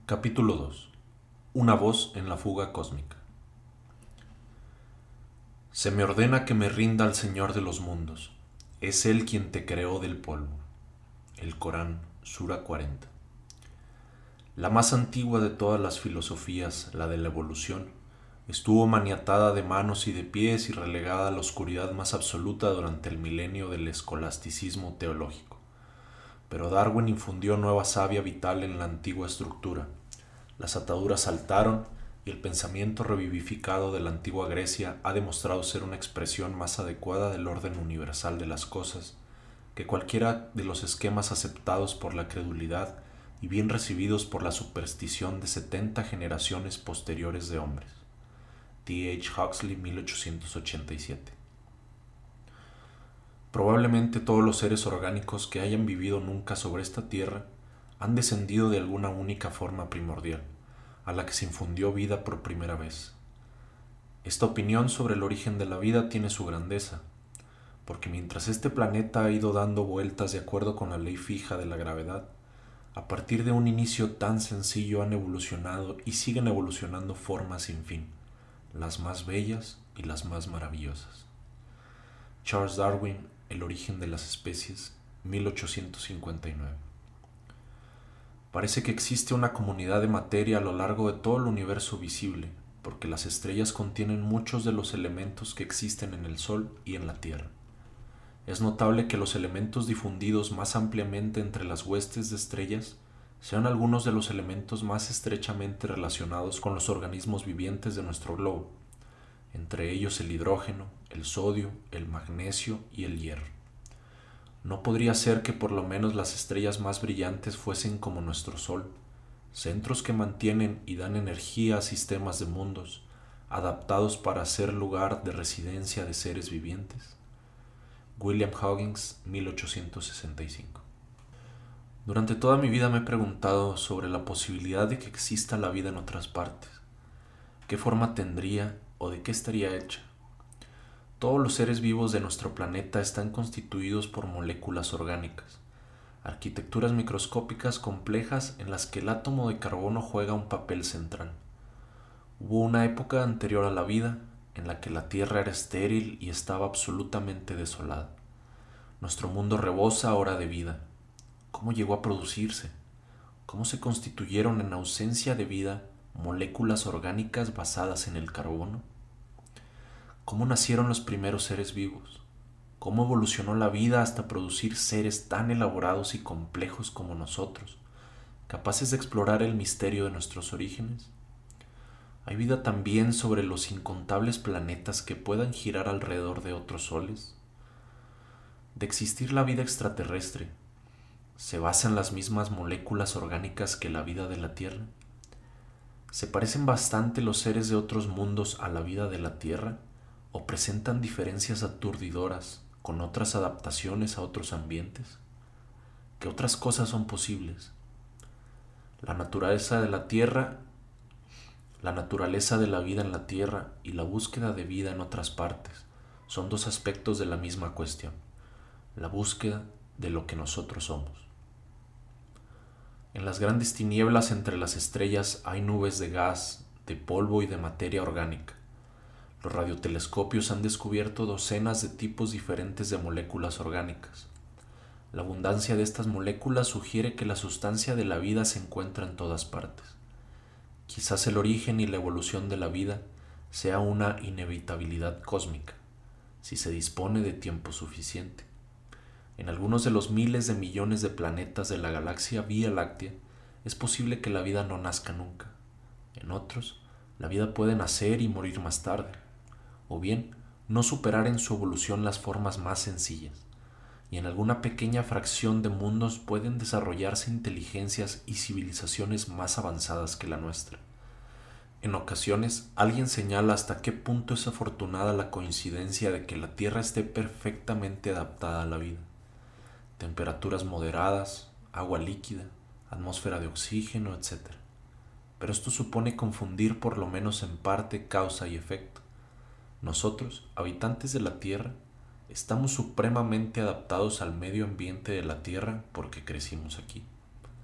Capítulo 2. Una voz en la fuga cósmica. Se me ordena que me rinda al Señor de los mundos. Es Él quien te creó del polvo. El Corán, Sura 40. La más antigua de todas las filosofías, la de la evolución, estuvo maniatada de manos y de pies y relegada a la oscuridad más absoluta durante el milenio del escolasticismo teológico. Pero Darwin infundió nueva savia vital en la antigua estructura. Las ataduras saltaron y el pensamiento revivificado de la antigua Grecia ha demostrado ser una expresión más adecuada del orden universal de las cosas que cualquiera de los esquemas aceptados por la credulidad y bien recibidos por la superstición de 70 generaciones posteriores de hombres. T. H. Huxley, 1887. Probablemente todos los seres orgánicos que hayan vivido nunca sobre esta tierra han descendido de alguna única forma primordial, a la que se infundió vida por primera vez. Esta opinión sobre el origen de la vida tiene su grandeza, porque mientras este planeta ha ido dando vueltas de acuerdo con la ley fija de la gravedad, a partir de un inicio tan sencillo han evolucionado y siguen evolucionando formas sin fin, las más bellas y las más maravillosas. Charles Darwin, El origen de las especies, 1859. Parece que existe una comunidad de materia a lo largo de todo el universo visible, porque las estrellas contienen muchos de los elementos que existen en el Sol y en la Tierra. Es notable que los elementos difundidos más ampliamente entre las huestes de estrellas sean algunos de los elementos más estrechamente relacionados con los organismos vivientes de nuestro globo, entre ellos el hidrógeno, el sodio, el magnesio y el hierro. ¿No podría ser que por lo menos las estrellas más brillantes fuesen como nuestro Sol, centros que mantienen y dan energía a sistemas de mundos, adaptados para ser lugar de residencia de seres vivientes? William Huggins, 1865. Durante toda mi vida me he preguntado sobre la posibilidad de que exista la vida en otras partes. ¿Qué forma tendría o de qué estaría hecha? Todos los seres vivos de nuestro planeta están constituidos por moléculas orgánicas, arquitecturas microscópicas complejas en las que el átomo de carbono juega un papel central. Hubo una época anterior a la vida en la que la Tierra era estéril y estaba absolutamente desolada. Nuestro mundo rebosa ahora de vida. ¿Cómo llegó a producirse? ¿Cómo se constituyeron en ausencia de vida moléculas orgánicas basadas en el carbono? ¿Cómo nacieron los primeros seres vivos? ¿Cómo evolucionó la vida hasta producir seres tan elaborados y complejos como nosotros, capaces de explorar el misterio de nuestros orígenes? ¿Hay vida también sobre los incontables planetas que puedan girar alrededor de otros soles? De existir la vida extraterrestre, ¿se basa en las mismas moléculas orgánicas que la vida de la Tierra? ¿Se parecen bastante los seres de otros mundos a la vida de la Tierra? ¿O presentan diferencias aturdidoras con otras adaptaciones a otros ambientes? ¿Qué otras cosas son posibles? La naturaleza de la Tierra, la naturaleza de la vida en la Tierra y la búsqueda de vida en otras partes son dos aspectos de la misma cuestión, la búsqueda de lo que nosotros somos. En las grandes tinieblas entre las estrellas hay nubes de gas, de polvo y de materia orgánica. Los radiotelescopios han descubierto docenas de tipos diferentes de moléculas orgánicas. La abundancia de estas moléculas sugiere que la sustancia de la vida se encuentra en todas partes. Quizás el origen y la evolución de la vida sea una inevitabilidad cósmica, si se dispone de tiempo suficiente. En algunos de los miles de millones de planetas de la galaxia Vía Láctea es posible que la vida no nazca nunca. En otros, la vida puede nacer y morir más tarde, o bien no superar en su evolución las formas más sencillas, y en alguna pequeña fracción de mundos pueden desarrollarse inteligencias y civilizaciones más avanzadas que la nuestra. En ocasiones, alguien señala hasta qué punto es afortunada la coincidencia de que la Tierra esté perfectamente adaptada a la vida. Temperaturas moderadas, agua líquida, atmósfera de oxígeno, etc. Pero esto supone confundir por lo menos en parte causa y efecto. Nosotros, habitantes de la Tierra, estamos supremamente adaptados al medio ambiente de la Tierra porque crecimos aquí.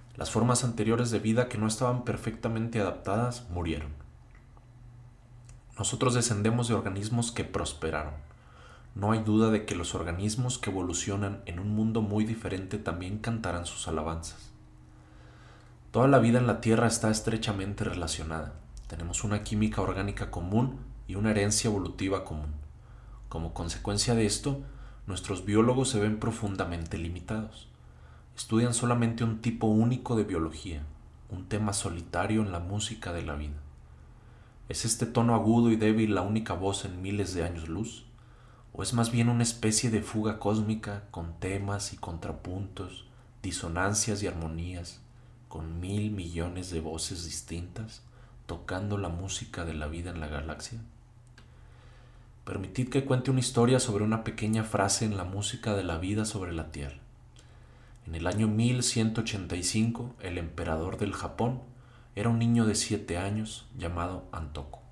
Las formas anteriores de vida que no estaban perfectamente adaptadas murieron. Nosotros descendemos de organismos que prosperaron. No hay duda de que los organismos que evolucionan en un mundo muy diferente también cantarán sus alabanzas. Toda la vida en la Tierra está estrechamente relacionada. Tenemos una química orgánica común y una herencia evolutiva común. Como consecuencia de esto, nuestros biólogos se ven profundamente limitados. Estudian solamente un tipo único de biología, un tema solitario en la música de la vida. ¿Es este tono agudo y débil la única voz en miles de años luz? ¿O es más bien una especie de fuga cósmica con temas y contrapuntos, disonancias y armonías, con 1.000 millones de voces distintas, tocando la música de la vida en la galaxia? Permitid que cuente una historia sobre una pequeña frase en la música de la vida sobre la Tierra. En el año 1185, el emperador del Japón era un niño de 7 años llamado Antoku.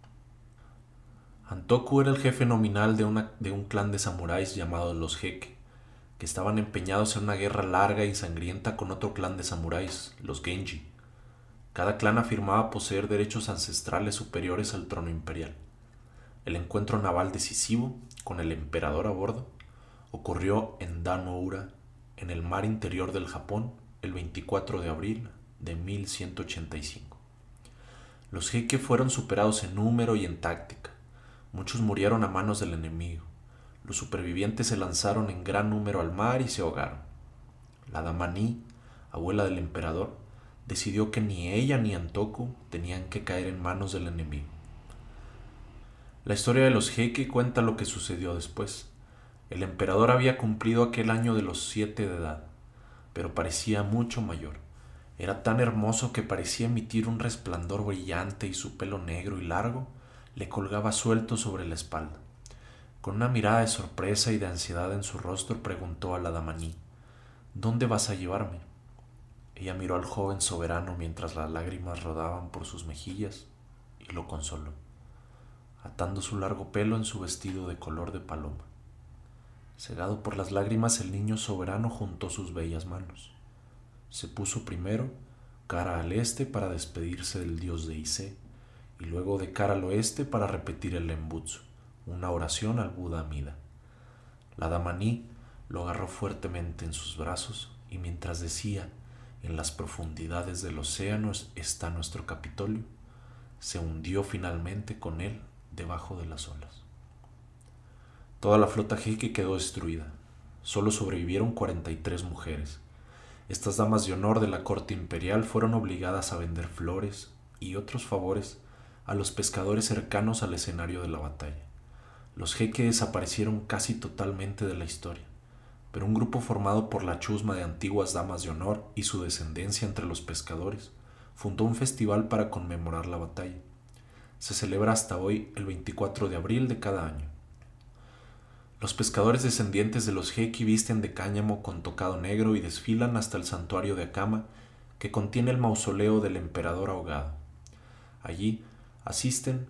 Antoku era el jefe nominal de un clan de samuráis llamados los Heike, que estaban empeñados en una guerra larga y sangrienta con otro clan de samuráis, los Genji. Cada clan afirmaba poseer derechos ancestrales superiores al trono imperial. El encuentro naval decisivo, con el emperador a bordo, ocurrió en Dan-no-ura, en el mar interior del Japón, el 24 de abril de 1185. Los Heike fueron superados en número y en táctica. Muchos murieron a manos del enemigo. Los supervivientes se lanzaron en gran número al mar y se ahogaron. La dama Ni, abuela del emperador, decidió que ni ella ni Antoku tenían que caer en manos del enemigo. La historia de los Heike cuenta lo que sucedió después. El emperador había cumplido aquel año de los 7 de edad, pero parecía mucho mayor. Era tan hermoso que parecía emitir un resplandor brillante y su pelo negro y largo le colgaba suelto sobre la espalda. Con una mirada de sorpresa y de ansiedad en su rostro preguntó a la damaní: ¿Dónde vas a llevarme? Ella miró al joven soberano mientras las lágrimas rodaban por sus mejillas y lo consoló, atando su largo pelo en su vestido de color de paloma. Cegado por las lágrimas, el niño soberano juntó sus bellas manos. Se puso primero cara al este para despedirse del dios de Ise, y luego de cara al oeste para repetir el Nembutsu, una oración al Buda Amida. La damaní lo agarró fuertemente en sus brazos y mientras decía: «En las profundidades del océano está nuestro Capitolio», se hundió finalmente con él debajo de las olas. Toda la flota Heike quedó destruida. Solo sobrevivieron 43 mujeres. Estas damas de honor de la corte imperial fueron obligadas a vender flores y otros favores a los pescadores cercanos al escenario de la batalla. Los Heike desaparecieron casi totalmente de la historia, pero un grupo formado por la chusma de antiguas damas de honor y su descendencia entre los pescadores fundó un festival para conmemorar la batalla. Se celebra hasta hoy el 24 de abril de cada año. Los pescadores descendientes de los Heike visten de cáñamo con tocado negro y desfilan hasta el santuario de Akama, que contiene el mausoleo del emperador ahogado. Allí asisten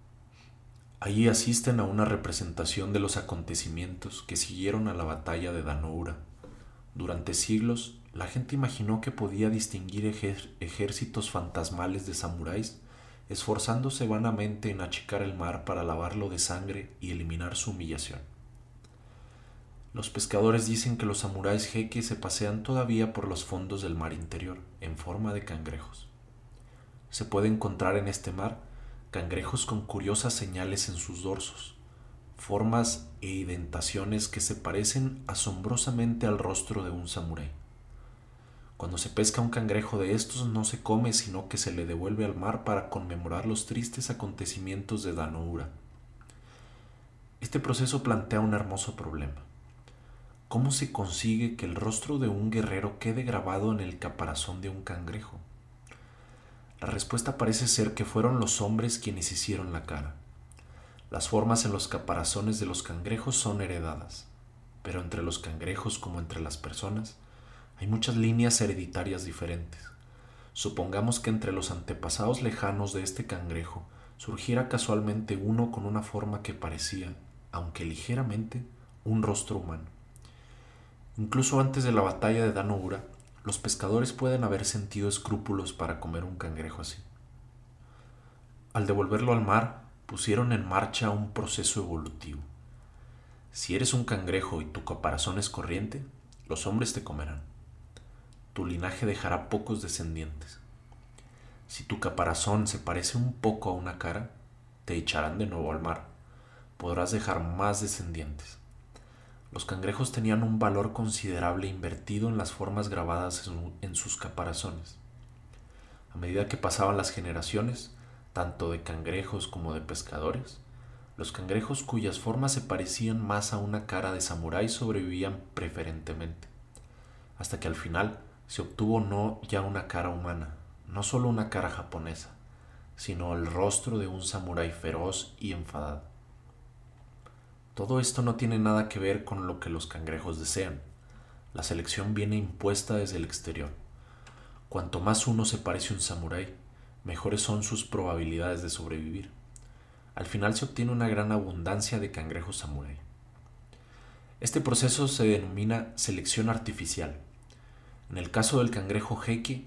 a una representación de los acontecimientos que siguieron a la batalla de Dan-no-ura. Durante siglos, la gente imaginó que podía distinguir ejércitos fantasmales de samuráis esforzándose vanamente en achicar el mar para lavarlo de sangre y eliminar su humillación. Los pescadores dicen que los samuráis Heike se pasean todavía por los fondos del mar interior, en forma de cangrejos. Se puede encontrar en este mar cangrejos con curiosas señales en sus dorsos, formas e indentaciones que se parecen asombrosamente al rostro de un samurái. Cuando se pesca un cangrejo de estos no se come, sino que se le devuelve al mar para conmemorar los tristes acontecimientos de Dan-no-ura. Este proceso plantea un hermoso problema. ¿Cómo se consigue que el rostro de un guerrero quede grabado en el caparazón de un cangrejo? La respuesta parece ser que fueron los hombres quienes hicieron la cara. Las formas en los caparazones de los cangrejos son heredadas, pero entre los cangrejos como entre las personas hay muchas líneas hereditarias diferentes. Supongamos que entre los antepasados lejanos de este cangrejo surgiera casualmente uno con una forma que parecía, aunque ligeramente, un rostro humano. Incluso antes de la batalla de Dan-no-ura, los pescadores pueden haber sentido escrúpulos para comer un cangrejo así. Al devolverlo al mar, pusieron en marcha un proceso evolutivo. Si eres un cangrejo y tu caparazón es corriente, los hombres te comerán. Tu linaje dejará pocos descendientes. Si tu caparazón se parece un poco a una cara, te echarán de nuevo al mar. Podrás dejar más descendientes. Los cangrejos tenían un valor considerable invertido en las formas grabadas en sus caparazones. A medida que pasaban las generaciones, tanto de cangrejos como de pescadores, los cangrejos cuyas formas se parecían más a una cara de samurái sobrevivían preferentemente, hasta que al final se obtuvo no ya una cara humana, no solo una cara japonesa, sino el rostro de un samurái feroz y enfadado. Todo esto no tiene nada que ver con lo que los cangrejos desean. La selección viene impuesta desde el exterior. Cuanto más uno se parece a un samurái, mejores son sus probabilidades de sobrevivir. Al final se obtiene una gran abundancia de cangrejos samurái. Este proceso se denomina selección artificial. En el caso del cangrejo Heike,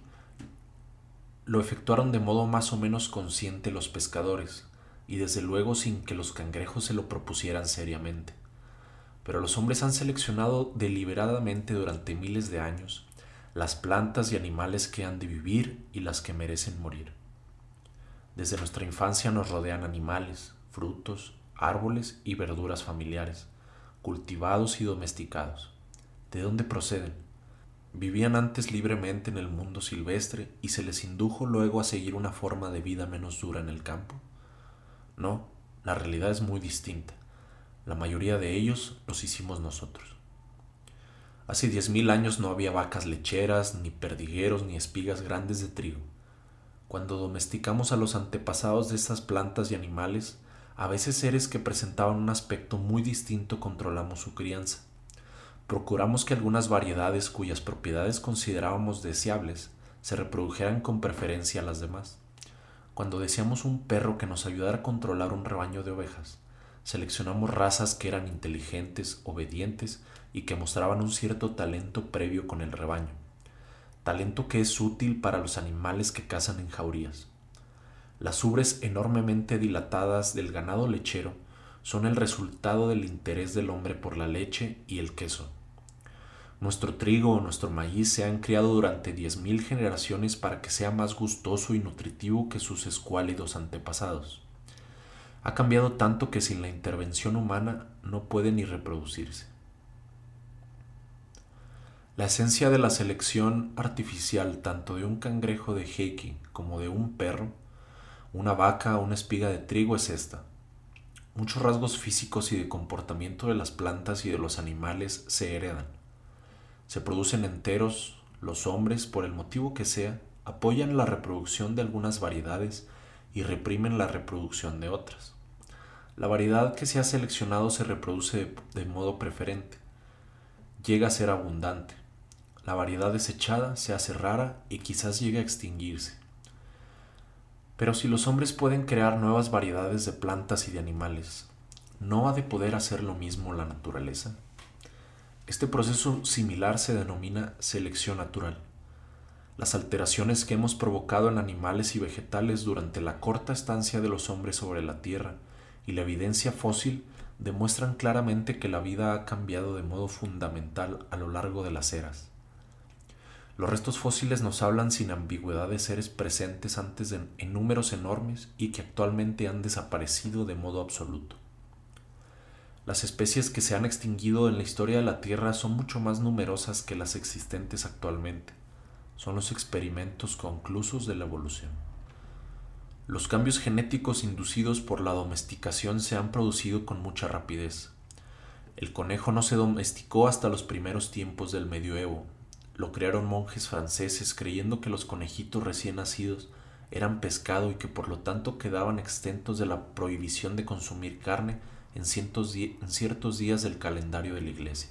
lo efectuaron de modo más o menos consciente los pescadores, y desde luego sin que los cangrejos se lo propusieran seriamente. Pero los hombres han seleccionado deliberadamente durante miles de años las plantas y animales que han de vivir y las que merecen morir. Desde nuestra infancia nos rodean animales, frutos, árboles y verduras familiares, cultivados y domesticados. ¿De dónde proceden? Vivían antes libremente en el mundo silvestre y se les indujo luego a seguir una forma de vida menos dura en el campo. No, la realidad es muy distinta. La mayoría de ellos los hicimos nosotros. Hace 10.000 años no había vacas lecheras, ni perdigueros, ni espigas grandes de trigo. Cuando domesticamos a los antepasados de estas plantas y animales, a veces seres que presentaban un aspecto muy distinto controlamos su crianza. Procuramos que algunas variedades cuyas propiedades considerábamos deseables se reprodujeran con preferencia a las demás. Cuando deseamos un perro que nos ayudara a controlar un rebaño de ovejas, seleccionamos razas que eran inteligentes, obedientes y que mostraban un cierto talento previo con el rebaño, talento que es útil para los animales que cazan en jaurías. Las ubres enormemente dilatadas del ganado lechero son el resultado del interés del hombre por la leche y el queso. Nuestro trigo o nuestro maíz se han criado durante 10.000 generaciones para que sea más gustoso y nutritivo que sus escuálidos antepasados. Ha cambiado tanto que sin la intervención humana no puede ni reproducirse. La esencia de la selección artificial tanto de un cangrejo de Heike como de un perro, una vaca o una espiga de trigo es esta. Muchos rasgos físicos y de comportamiento de las plantas y de los animales se heredan. Se producen enteros, los hombres, por el motivo que sea, apoyan la reproducción de algunas variedades y reprimen la reproducción de otras. La variedad que se ha seleccionado se reproduce de modo preferente. Llega a ser abundante. La variedad desechada se hace rara y quizás llegue a extinguirse. Pero si los hombres pueden crear nuevas variedades de plantas y de animales, ¿no ha de poder hacer lo mismo la naturaleza? Este proceso similar se denomina selección natural. Las alteraciones que hemos provocado en animales y vegetales durante la corta estancia de los hombres sobre la Tierra y la evidencia fósil demuestran claramente que la vida ha cambiado de modo fundamental a lo largo de las eras. Los restos fósiles nos hablan sin ambigüedad de seres presentes antes en números enormes y que actualmente han desaparecido de modo absoluto. Las especies que se han extinguido en la historia de la Tierra son mucho más numerosas que las existentes actualmente. Son los experimentos conclusos de la evolución. Los cambios genéticos inducidos por la domesticación se han producido con mucha rapidez. El conejo no se domesticó hasta los primeros tiempos del medioevo. Lo crearon monjes franceses creyendo que los conejitos recién nacidos eran pescado y que por lo tanto quedaban exentos de la prohibición de consumir carne en ciertos días del calendario de la Iglesia.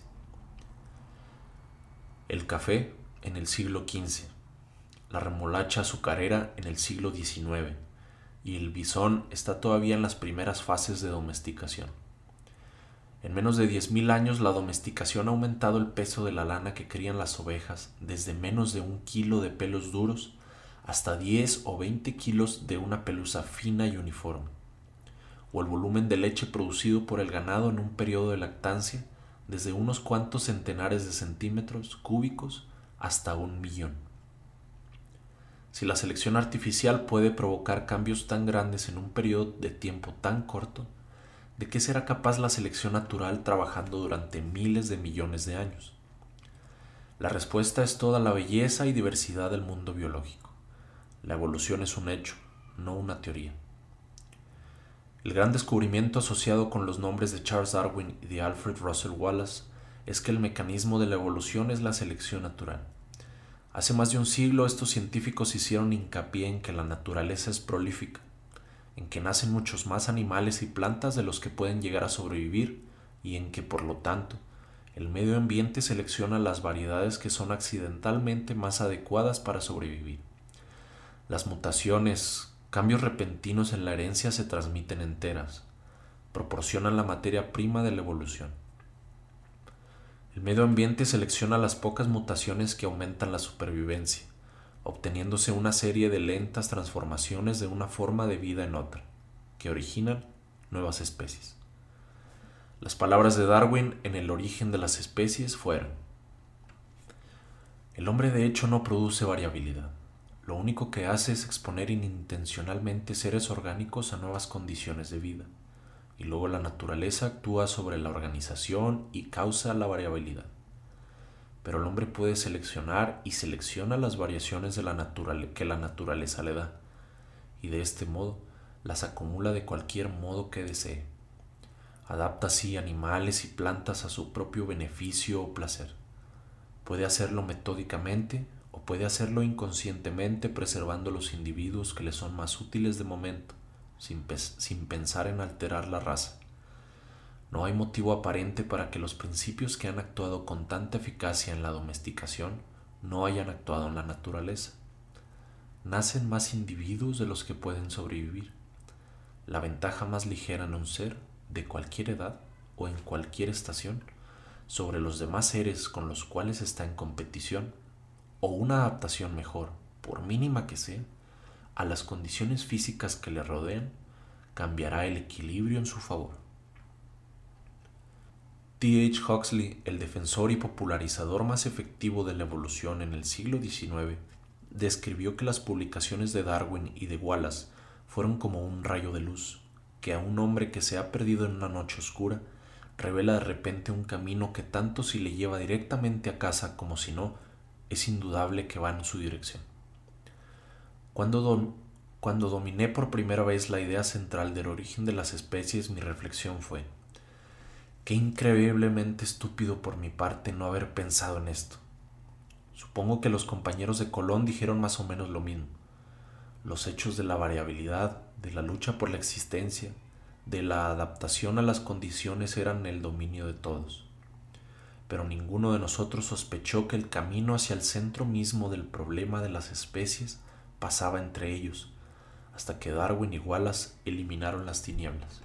El café en el siglo XV, la remolacha azucarera en el siglo XIX y el bisón está todavía en las primeras fases de domesticación. En menos de 10.000 años la domesticación ha aumentado el peso de la lana que crían las ovejas desde menos de 1 kilo de pelos duros hasta 10 o 20 kilos de una pelusa fina y uniforme, o el volumen de leche producido por el ganado en un periodo de lactancia desde unos cuantos centenares de centímetros cúbicos hasta 1 millón. Si la selección artificial puede provocar cambios tan grandes en un periodo de tiempo tan corto, ¿de qué será capaz la selección natural trabajando durante miles de millones de años? La respuesta es toda la belleza y diversidad del mundo biológico. La evolución es un hecho, no una teoría. El gran descubrimiento asociado con los nombres de Charles Darwin y de Alfred Russel Wallace es que el mecanismo de la evolución es la selección natural. Hace más de un siglo estos científicos hicieron hincapié en que la naturaleza es prolífica, en que nacen muchos más animales y plantas de los que pueden llegar a sobrevivir y en que, por lo tanto, el medio ambiente selecciona las variedades que son accidentalmente más adecuadas para sobrevivir. Las mutaciones, cambios repentinos en la herencia se transmiten enteras, proporcionan la materia prima de la evolución. El medio ambiente selecciona las pocas mutaciones que aumentan la supervivencia, obteniéndose una serie de lentas transformaciones de una forma de vida en otra, que originan nuevas especies. Las palabras de Darwin en El origen de las especies fueron: el hombre de hecho no produce variabilidad. Lo único que hace es exponer inintencionalmente seres orgánicos a nuevas condiciones de vida, y luego la naturaleza actúa sobre la organización y causa la variabilidad. Pero el hombre puede seleccionar y selecciona las variaciones de que la naturaleza le da, y de este modo las acumula de cualquier modo que desee. Adapta así animales y plantas a su propio beneficio o placer. Puede hacerlo metódicamente o puede hacerlo inconscientemente, preservando los individuos que le son más útiles de momento, sin pensar en alterar la raza. No hay motivo aparente para que los principios que han actuado con tanta eficacia en la domesticación no hayan actuado en la naturaleza. Nacen más individuos de los que pueden sobrevivir. La ventaja más ligera en un ser, de cualquier edad o en cualquier estación, sobre los demás seres con los cuales está en competición, o una adaptación mejor, por mínima que sea, a las condiciones físicas que le rodean, cambiará el equilibrio en su favor. T. H. Huxley, el defensor y popularizador más efectivo de la evolución en el siglo XIX, describió que las publicaciones de Darwin y de Wallace fueron como un rayo de luz, que a un hombre que se ha perdido en una noche oscura revela de repente un camino que tanto si le lleva directamente a casa como si no, es indudable que va en su dirección. Cuando dominé por primera vez la idea central del origen de las especies, mi reflexión fue: qué increíblemente estúpido por mi parte no haber pensado en esto. Supongo que los compañeros de Colón dijeron más o menos lo mismo. Los hechos de la variabilidad, de la lucha por la existencia, de la adaptación a las condiciones eran el dominio de todos. Pero ninguno de nosotros sospechó que el camino hacia el centro mismo del problema de las especies pasaba entre ellos, hasta que Darwin y Wallace eliminaron las tinieblas.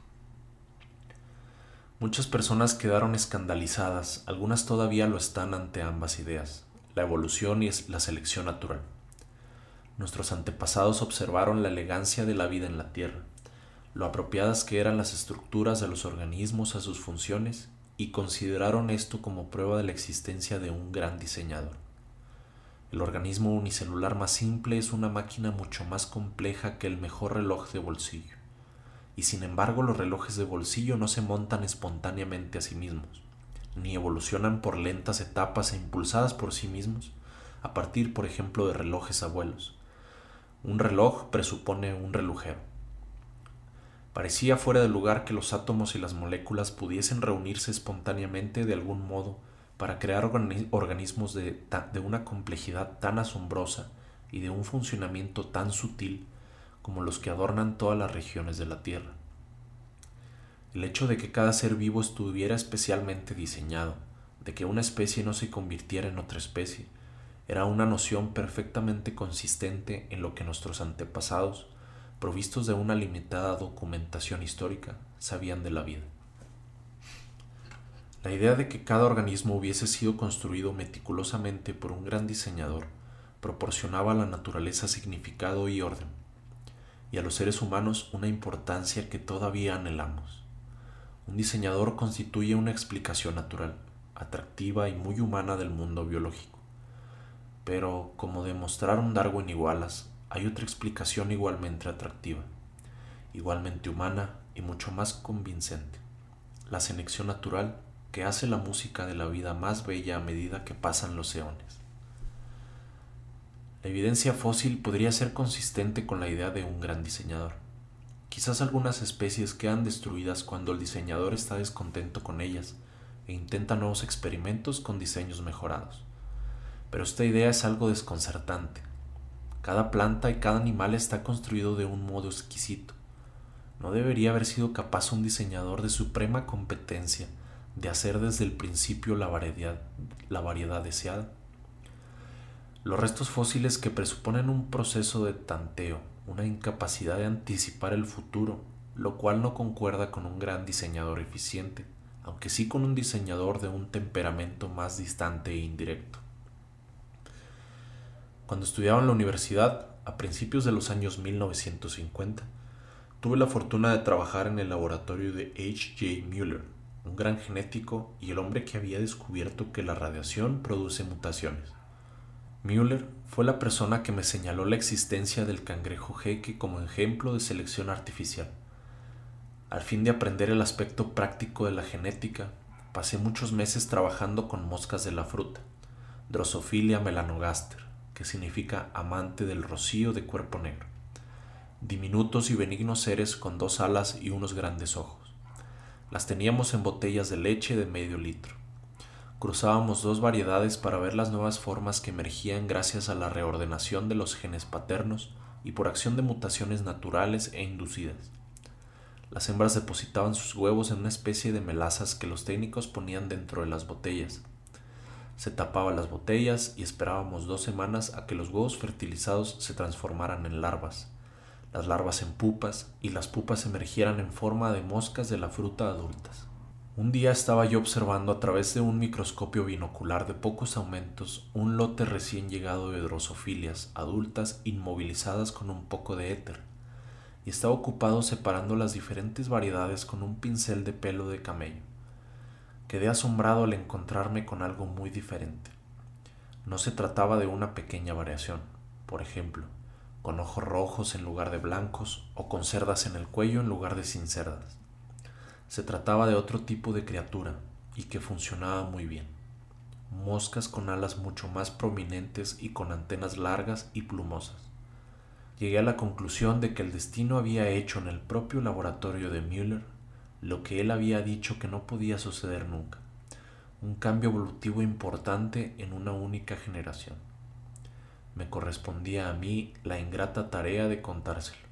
Muchas personas quedaron escandalizadas, algunas todavía lo están ante ambas ideas, la evolución y la selección natural. Nuestros antepasados observaron la elegancia de la vida en la Tierra, lo apropiadas que eran las estructuras de los organismos a sus funciones, y consideraron esto como prueba de la existencia de un gran diseñador. El organismo unicelular más simple es una máquina mucho más compleja que el mejor reloj de bolsillo, y sin embargo los relojes de bolsillo no se montan espontáneamente a sí mismos, ni evolucionan por lentas etapas e impulsadas por sí mismos, a partir, por ejemplo, de relojes abuelos. Un reloj presupone un relojero. Parecía fuera de lugar que los átomos y las moléculas pudiesen reunirse espontáneamente de algún modo para crear organismos de una complejidad tan asombrosa y de un funcionamiento tan sutil como los que adornan todas las regiones de la Tierra. El hecho de que cada ser vivo estuviera especialmente diseñado, de que una especie no se convirtiera en otra especie, era una noción perfectamente consistente en lo que nuestros antepasados, provistos de una limitada documentación histórica, sabían de la vida. La idea de que cada organismo hubiese sido construido meticulosamente por un gran diseñador proporcionaba a la naturaleza significado y orden, y a los seres humanos una importancia que todavía anhelamos. Un diseñador constituye una explicación natural, atractiva y muy humana del mundo biológico. Pero, como demostraron Darwin y Wallace, hay otra explicación igualmente atractiva, igualmente humana y mucho más convincente: la selección natural, que hace la música de la vida más bella a medida que pasan los eones. La evidencia fósil podría ser consistente con la idea de un gran diseñador. Quizás algunas especies quedan destruidas cuando el diseñador está descontento con ellas e intenta nuevos experimentos con diseños mejorados. Pero esta idea es algo desconcertante. Cada planta y cada animal está construido de un modo exquisito. ¿No debería haber sido capaz un diseñador de suprema competencia de hacer desde el principio la variedad deseada? Los restos fósiles, que presuponen un proceso de tanteo, una incapacidad de anticipar el futuro, lo cual no concuerda con un gran diseñador eficiente, aunque sí con un diseñador de un temperamento más distante e indirecto. Cuando estudiaba en la universidad, a principios de los años 1950, tuve la fortuna de trabajar en el laboratorio de H. J. Mueller, un gran genético y el hombre que había descubierto que la radiación produce mutaciones. Mueller fue la persona que me señaló la existencia del cangrejo jeque como ejemplo de selección artificial. Al fin de aprender el aspecto práctico de la genética, pasé muchos meses trabajando con moscas de la fruta, Drosophila melanogaster, que significa amante del rocío de cuerpo negro, diminutos y benignos seres con 2 alas y unos grandes ojos. Las teníamos en botellas de leche de medio litro. Cruzábamos 2 variedades para ver las nuevas formas que emergían gracias a la reordenación de los genes paternos y por acción de mutaciones naturales e inducidas. Las hembras depositaban sus huevos en una especie de melazas que los técnicos ponían dentro de las botellas. Se tapaban las botellas y esperábamos 2 semanas a que los huevos fertilizados se transformaran en larvas, las larvas en pupas y las pupas emergieran en forma de moscas de la fruta adultas. Un día estaba yo observando a través de un microscopio binocular de pocos aumentos un lote recién llegado de drosofilias adultas inmovilizadas con un poco de éter, y estaba ocupado separando las diferentes variedades con un pincel de pelo de camello. Quedé asombrado al encontrarme con algo muy diferente. No se trataba de una pequeña variación, por ejemplo, con ojos rojos en lugar de blancos o con cerdas en el cuello en lugar de sin cerdas. Se trataba de otro tipo de criatura y que funcionaba muy bien. Moscas con alas mucho más prominentes y con antenas largas y plumosas. Llegué a la conclusión de que el destino había hecho en el propio laboratorio de Mueller lo que él había dicho que no podía suceder nunca: un cambio evolutivo importante en una única generación. Me correspondía a mí la ingrata tarea de contárselo.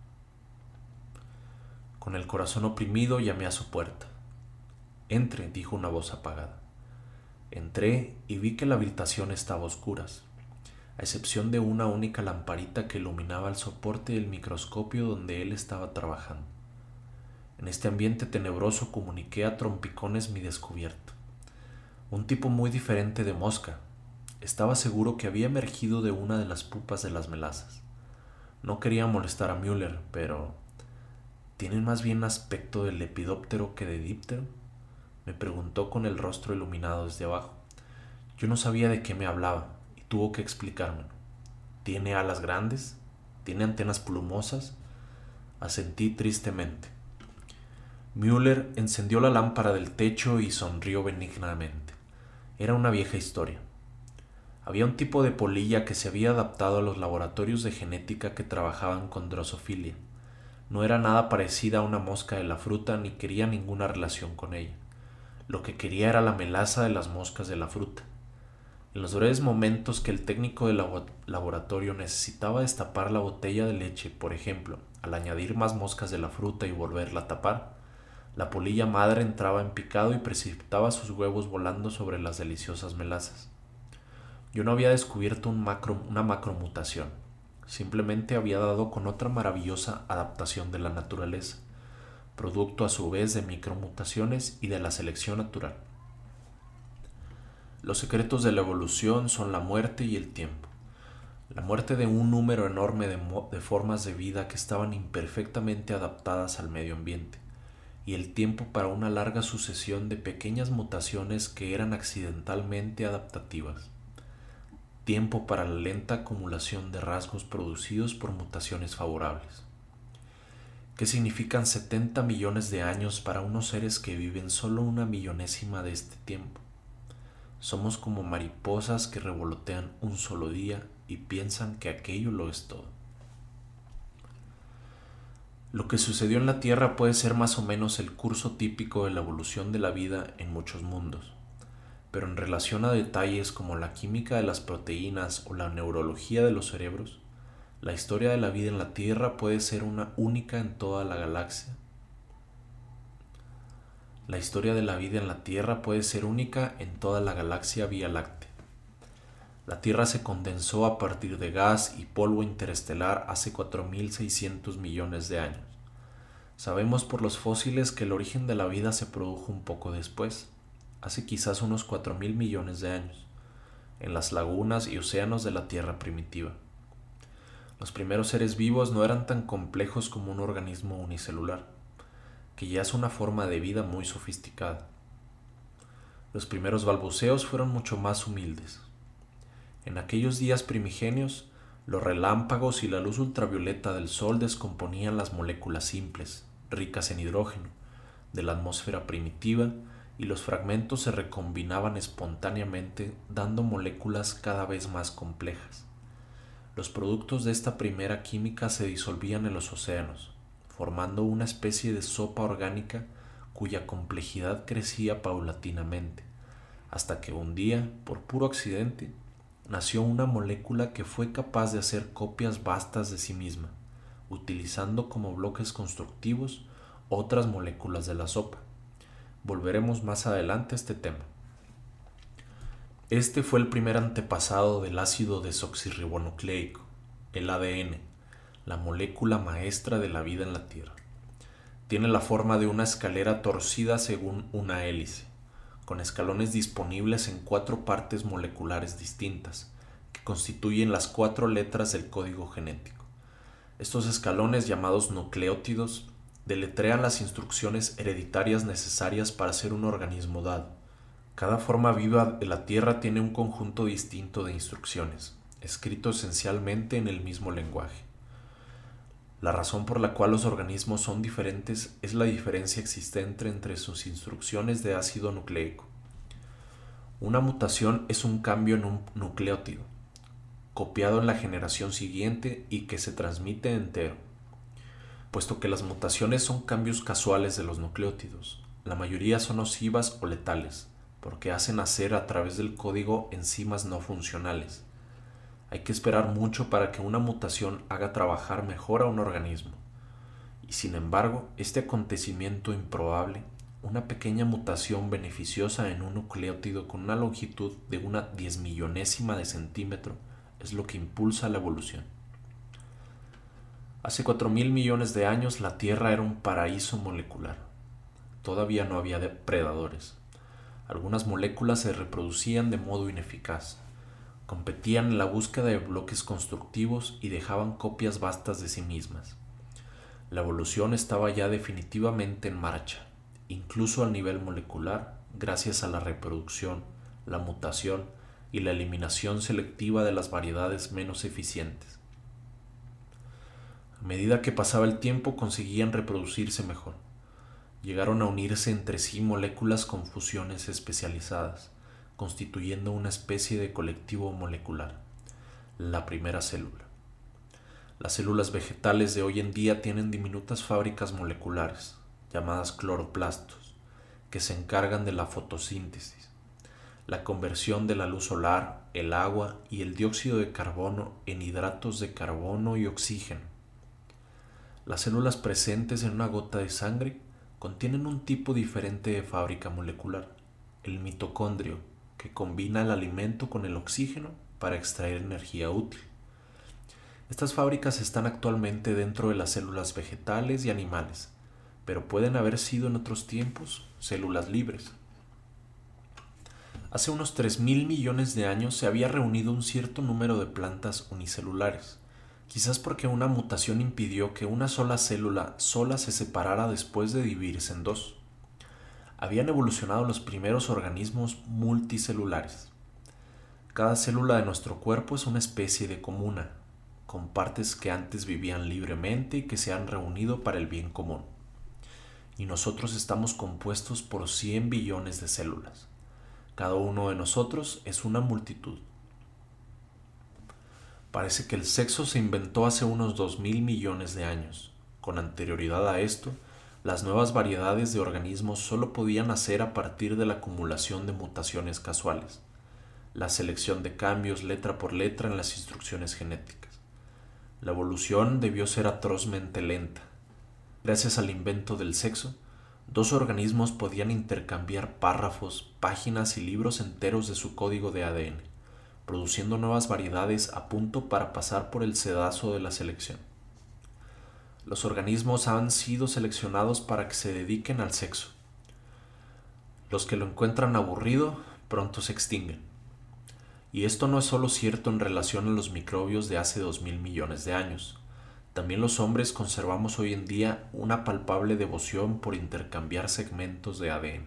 Con el corazón oprimido llamé a su puerta. «Entre», dijo una voz apagada. Entré y vi que la habitación estaba a oscuras, a excepción de una única lamparita que iluminaba el soporte del microscopio donde él estaba trabajando. En este ambiente tenebroso comuniqué a trompicones mi descubierto. Un tipo muy diferente de mosca. Estaba seguro que había emergido de una de las pupas de las melazas. No quería molestar a Mueller, pero ¿tienen más bien aspecto de lepidóptero que de díptero?, me preguntó con el rostro iluminado desde abajo. Yo no sabía de qué me hablaba y tuvo que explicármelo. ¿Tiene alas grandes? ¿Tiene antenas plumosas? Asentí tristemente. Mueller encendió la lámpara del techo y sonrió benignamente. Era una vieja historia. Había un tipo de polilla que se había adaptado a los laboratorios de genética que trabajaban con Drosophila. No era nada parecida a una mosca de la fruta ni quería ninguna relación con ella. Lo que quería era la melaza de las moscas de la fruta. En los breves momentos que el técnico del laboratorio necesitaba destapar la botella de leche, por ejemplo, al añadir más moscas de la fruta y volverla a tapar, la polilla madre entraba en picado y precipitaba sus huevos volando sobre las deliciosas melazas. Yo no había descubierto una macromutación, simplemente había dado con otra maravillosa adaptación de la naturaleza, producto a su vez de micromutaciones y de la selección natural. Los secretos de la evolución son la muerte y el tiempo. La muerte de un número enorme de formas de vida que estaban imperfectamente adaptadas al medio ambiente, y el tiempo para una larga sucesión de pequeñas mutaciones que eran accidentalmente adaptativas. Tiempo para la lenta acumulación de rasgos producidos por mutaciones favorables. ¿Qué significan 70 millones de años para unos seres que viven solo una millonésima de este tiempo? Somos como mariposas que revolotean un solo día y piensan que aquello lo es todo. Lo que sucedió en la Tierra puede ser más o menos el curso típico de la evolución de la vida en muchos mundos, pero en relación a detalles como la química de las proteínas o la neurología de los cerebros, la historia de la vida en la Tierra puede ser una única en toda la galaxia. La historia de la vida en la Tierra puede ser única en toda la galaxia Vía Láctea. La Tierra se condensó a partir de gas y polvo interestelar hace 4.600 millones de años. Sabemos por los fósiles que el origen de la vida se produjo un poco después, hace quizás unos 4.000 millones de años, en las lagunas y océanos de la Tierra primitiva. Los primeros seres vivos no eran tan complejos como un organismo unicelular, que ya es una forma de vida muy sofisticada. Los primeros balbuceos fueron mucho más humildes. En aquellos días primigenios, los relámpagos y la luz ultravioleta del sol descomponían las moléculas simples, ricas en hidrógeno, de la atmósfera primitiva, y los fragmentos se recombinaban espontáneamente, dando moléculas cada vez más complejas. Los productos de esta primera química se disolvían en los océanos, formando una especie de sopa orgánica cuya complejidad crecía paulatinamente, hasta que un día, por puro accidente, nació una molécula que fue capaz de hacer copias vastas de sí misma, utilizando como bloques constructivos otras moléculas de la sopa. Volveremos más adelante a este tema. Este fue el primer antepasado del ácido desoxirribonucleico, el ADN, la molécula maestra de la vida en la Tierra. Tiene la forma de una escalera torcida según una hélice, con escalones disponibles en 4 partes moleculares distintas, que constituyen las 4 letras del código genético. Estos escalones, llamados nucleótidos, deletrean las instrucciones hereditarias necesarias para ser un organismo dado. Cada forma viva de la Tierra tiene un conjunto distinto de instrucciones, escrito esencialmente en el mismo lenguaje. La razón por la cual los organismos son diferentes es la diferencia existente entre sus instrucciones de ácido nucleico. Una mutación es un cambio en un nucleótido, copiado en la generación siguiente y que se transmite entero. Puesto que las mutaciones son cambios casuales de los nucleótidos, la mayoría son nocivas o letales, porque hacen nacer a través del código enzimas no funcionales. Hay que esperar mucho para que una mutación haga trabajar mejor a un organismo. Y sin embargo, este acontecimiento improbable, una pequeña mutación beneficiosa en un nucleótido con una longitud de una 10.000.000ª de centímetro, es lo que impulsa la evolución. Hace 4.000 millones de años la Tierra era un paraíso molecular. Todavía no había depredadores. Algunas moléculas se reproducían de modo ineficaz. Competían en la búsqueda de bloques constructivos y dejaban copias vastas de sí mismas. La evolución estaba ya definitivamente en marcha, incluso a nivel molecular, gracias a la reproducción, la mutación y la eliminación selectiva de las variedades menos eficientes. A medida que pasaba el tiempo conseguían reproducirse mejor. Llegaron a unirse entre sí moléculas con fusiones especializadas, constituyendo una especie de colectivo molecular, la primera célula. Las células vegetales de hoy en día tienen diminutas fábricas moleculares, llamadas cloroplastos, que se encargan de la fotosíntesis, la conversión de la luz solar, el agua y el dióxido de carbono en hidratos de carbono y oxígeno. Las células presentes en una gota de sangre contienen un tipo diferente de fábrica molecular, el mitocondrio, que combina el alimento con el oxígeno para extraer energía útil. Estas fábricas están actualmente dentro de las células vegetales y animales, pero pueden haber sido en otros tiempos células libres. Hace unos 3.000 millones de años se había reunido un cierto número de plantas unicelulares, quizás porque una mutación impidió que una sola célula sola se separara después de dividirse en dos. Habían evolucionado los primeros organismos multicelulares. Cada célula de nuestro cuerpo es una especie de comuna, con partes que antes vivían libremente y que se han reunido para el bien común. Y nosotros estamos compuestos por 100 billones de células. Cada uno de nosotros es una multitud. Parece que el sexo se inventó hace unos 2.000 millones de años. Con anterioridad a esto, las nuevas variedades de organismos solo podían nacer a partir de la acumulación de mutaciones casuales, la selección de cambios letra por letra en las instrucciones genéticas. La evolución debió ser atrozmente lenta. Gracias al invento del sexo, dos organismos podían intercambiar párrafos, páginas y libros enteros de su código de ADN, produciendo nuevas variedades a punto para pasar por el sedazo de la selección. Los organismos han sido seleccionados para que se dediquen al sexo. Los que lo encuentran aburrido pronto se extinguen. Y esto no es solo cierto en relación a los microbios de hace 2.000 millones de años. También los hombres conservamos hoy en día una palpable devoción por intercambiar segmentos de ADN.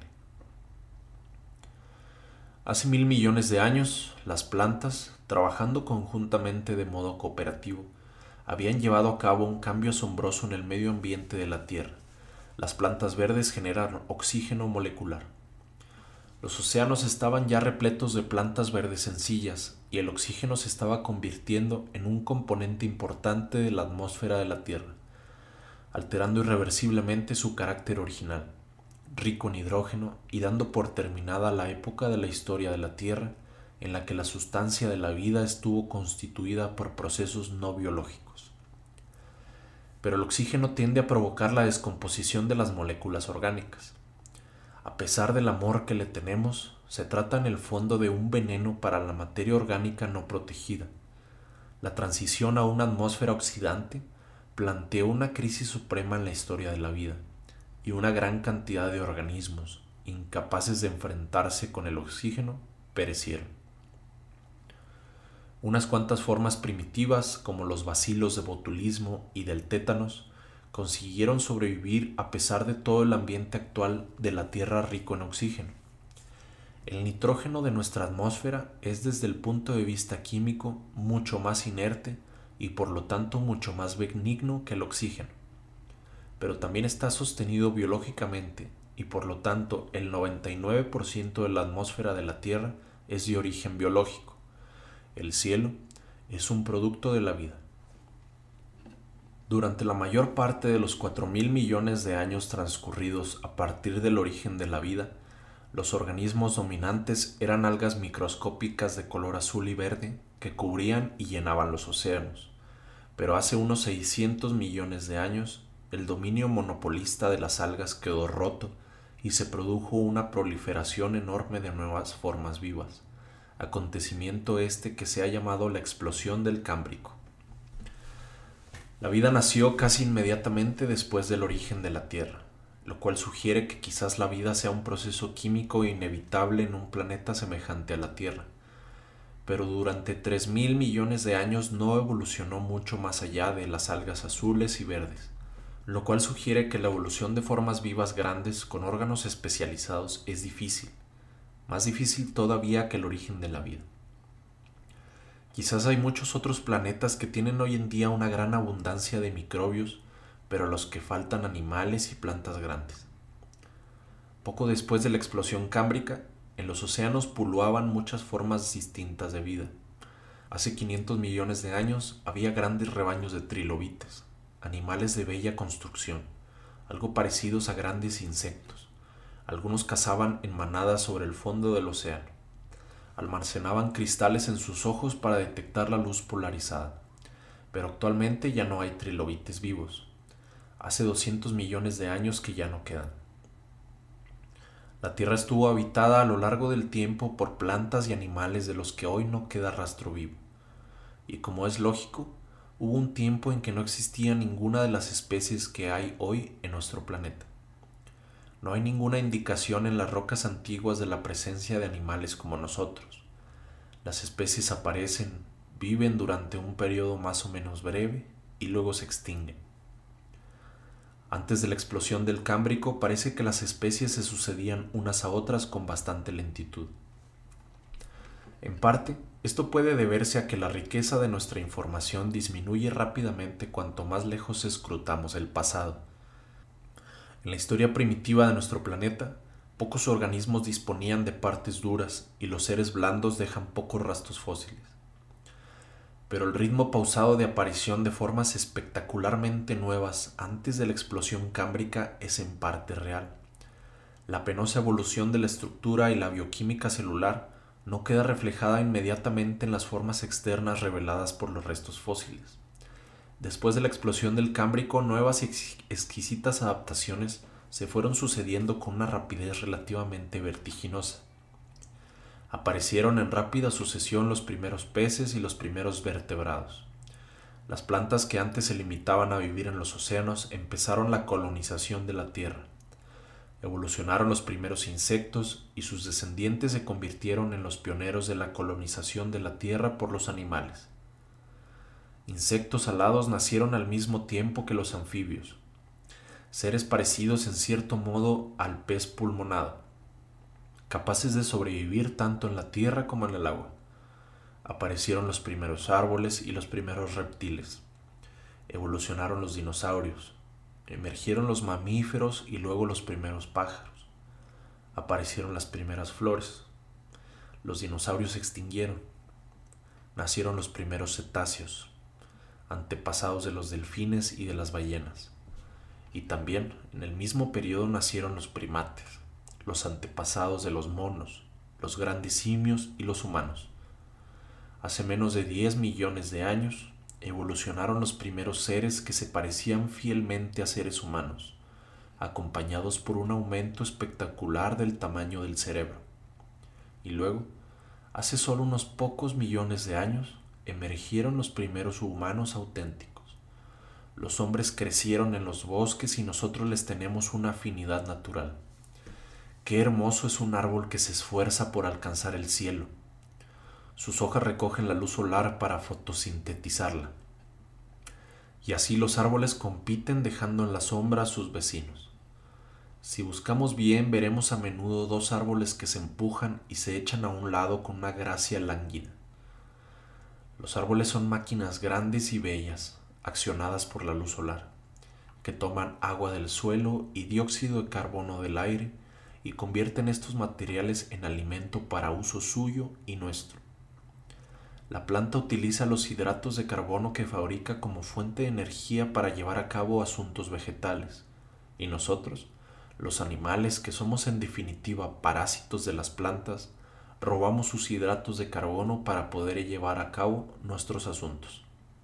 Hace 1.000 millones de años, las plantas, trabajando conjuntamente de modo cooperativo, habían llevado a cabo un cambio asombroso en el medio ambiente de la Tierra. Las plantas verdes generan oxígeno molecular. Los océanos estaban ya repletos de plantas verdes sencillas y el oxígeno se estaba convirtiendo en un componente importante de la atmósfera de la Tierra, alterando irreversiblemente su carácter original, rico en hidrógeno y dando por terminada la época de la historia de la Tierra en la que la sustancia de la vida estuvo constituida por procesos no biológicos. Pero el oxígeno tiende a provocar la descomposición de las moléculas orgánicas. A pesar del amor que le tenemos, se trata en el fondo de un veneno para la materia orgánica no protegida. La transición a una atmósfera oxidante planteó una crisis suprema en la historia de la vida, y una gran cantidad de organismos, incapaces de enfrentarse con el oxígeno, perecieron. Unas cuantas formas primitivas, como los bacilos de botulismo y del tétanos, consiguieron sobrevivir a pesar de todo el ambiente actual de la Tierra rico en oxígeno. El nitrógeno de nuestra atmósfera es desde el punto de vista químico mucho más inerte y por lo tanto mucho más benigno que el oxígeno, pero también está sostenido biológicamente y por lo tanto el 99% de la atmósfera de la Tierra es de origen biológico. El cielo es un producto de la vida. Durante la mayor parte de los 4.000 millones de años transcurridos a partir del origen de la vida, los organismos dominantes eran algas microscópicas de color azul y verde que cubrían y llenaban los océanos. Pero hace unos 600 millones de años, el dominio monopolista de las algas quedó roto y se produjo una proliferación enorme de nuevas formas vivas, acontecimiento este que se ha llamado la explosión del Cámbrico. La vida nació casi inmediatamente después del origen de la Tierra, lo cual sugiere que quizás la vida sea un proceso químico inevitable en un planeta semejante a la Tierra. Pero durante 3.000 millones de años no evolucionó mucho más allá de las algas azules y verdes, lo cual sugiere que la evolución de formas vivas grandes con órganos especializados es difícil, más difícil todavía que el origen de la vida. Quizás hay muchos otros planetas que tienen hoy en día una gran abundancia de microbios, pero a los que faltan animales y plantas grandes. Poco después de la explosión cámbrica, en los océanos puluaban muchas formas distintas de vida. Hace 500 millones de años había grandes rebaños de trilobites, animales de bella construcción, algo parecidos a grandes insectos. Algunos cazaban en manadas sobre el fondo del océano. Almacenaban cristales en sus ojos para detectar la luz polarizada, pero actualmente ya no hay trilobites vivos. Hace 200 millones de años que ya no quedan. La Tierra estuvo habitada a lo largo del tiempo por plantas y animales de los que hoy no queda rastro vivo. Y como es lógico, hubo un tiempo en que no existía ninguna de las especies que hay hoy en nuestro planeta. No hay ninguna indicación en las rocas antiguas de la presencia de animales como nosotros. Las especies aparecen, viven durante un periodo más o menos breve y luego se extinguen. Antes de la explosión del Cámbrico parece que las especies se sucedían unas a otras con bastante lentitud. En parte, esto puede deberse a que la riqueza de nuestra información disminuye rápidamente cuanto más lejos escrutamos el pasado. En la historia primitiva de nuestro planeta, pocos organismos disponían de partes duras y los seres blandos dejan pocos rastros fósiles. Pero el ritmo pausado de aparición de formas espectacularmente nuevas antes de la explosión cámbrica es en parte real. La penosa evolución de la estructura y la bioquímica celular no queda reflejada inmediatamente en las formas externas reveladas por los restos fósiles. Después de la explosión del Cámbrico, nuevas y exquisitas adaptaciones se fueron sucediendo con una rapidez relativamente vertiginosa. Aparecieron en rápida sucesión los primeros peces y los primeros vertebrados. Las plantas que antes se limitaban a vivir en los océanos empezaron la colonización de la Tierra. Evolucionaron los primeros insectos y sus descendientes se convirtieron en los pioneros de la colonización de la Tierra por los animales. Insectos alados nacieron al mismo tiempo que los anfibios, seres parecidos en cierto modo al pez pulmonado, capaces de sobrevivir tanto en la tierra como en el agua. Aparecieron los primeros árboles y los primeros reptiles. Evolucionaron los dinosaurios. Emergieron los mamíferos y luego los primeros pájaros. Aparecieron las primeras flores. Los dinosaurios se extinguieron. Nacieron los primeros cetáceos, antepasados de los delfines y de las ballenas. Y también en el mismo periodo nacieron los primates, los antepasados de los monos, los grandes simios y los humanos. Hace menos de 10 millones de años evolucionaron los primeros seres que se parecían fielmente a seres humanos, acompañados por un aumento espectacular del tamaño del cerebro. Y luego, hace solo unos pocos millones de años, emergieron los primeros humanos auténticos. Los hombres crecieron en los bosques y nosotros les tenemos una afinidad natural. Qué hermoso es un árbol que se esfuerza por alcanzar el cielo. Sus hojas recogen la luz solar para fotosintetizarla. Y así los árboles compiten dejando en la sombra a sus vecinos. Si buscamos bien, veremos a menudo dos árboles que se empujan y se echan a un lado con una gracia lánguida. Los árboles son máquinas grandes y bellas, accionadas por la luz solar, que toman agua del suelo y dióxido de carbono del aire y convierten estos materiales en alimento para uso suyo y nuestro. La planta utiliza los hidratos de carbono que fabrica como fuente de energía para llevar a cabo asuntos vegetales, y nosotros, los animales que somos en definitiva parásitos de las plantas, robamos sus hidratos de carbono para poder llevar a cabo nuestros asuntos.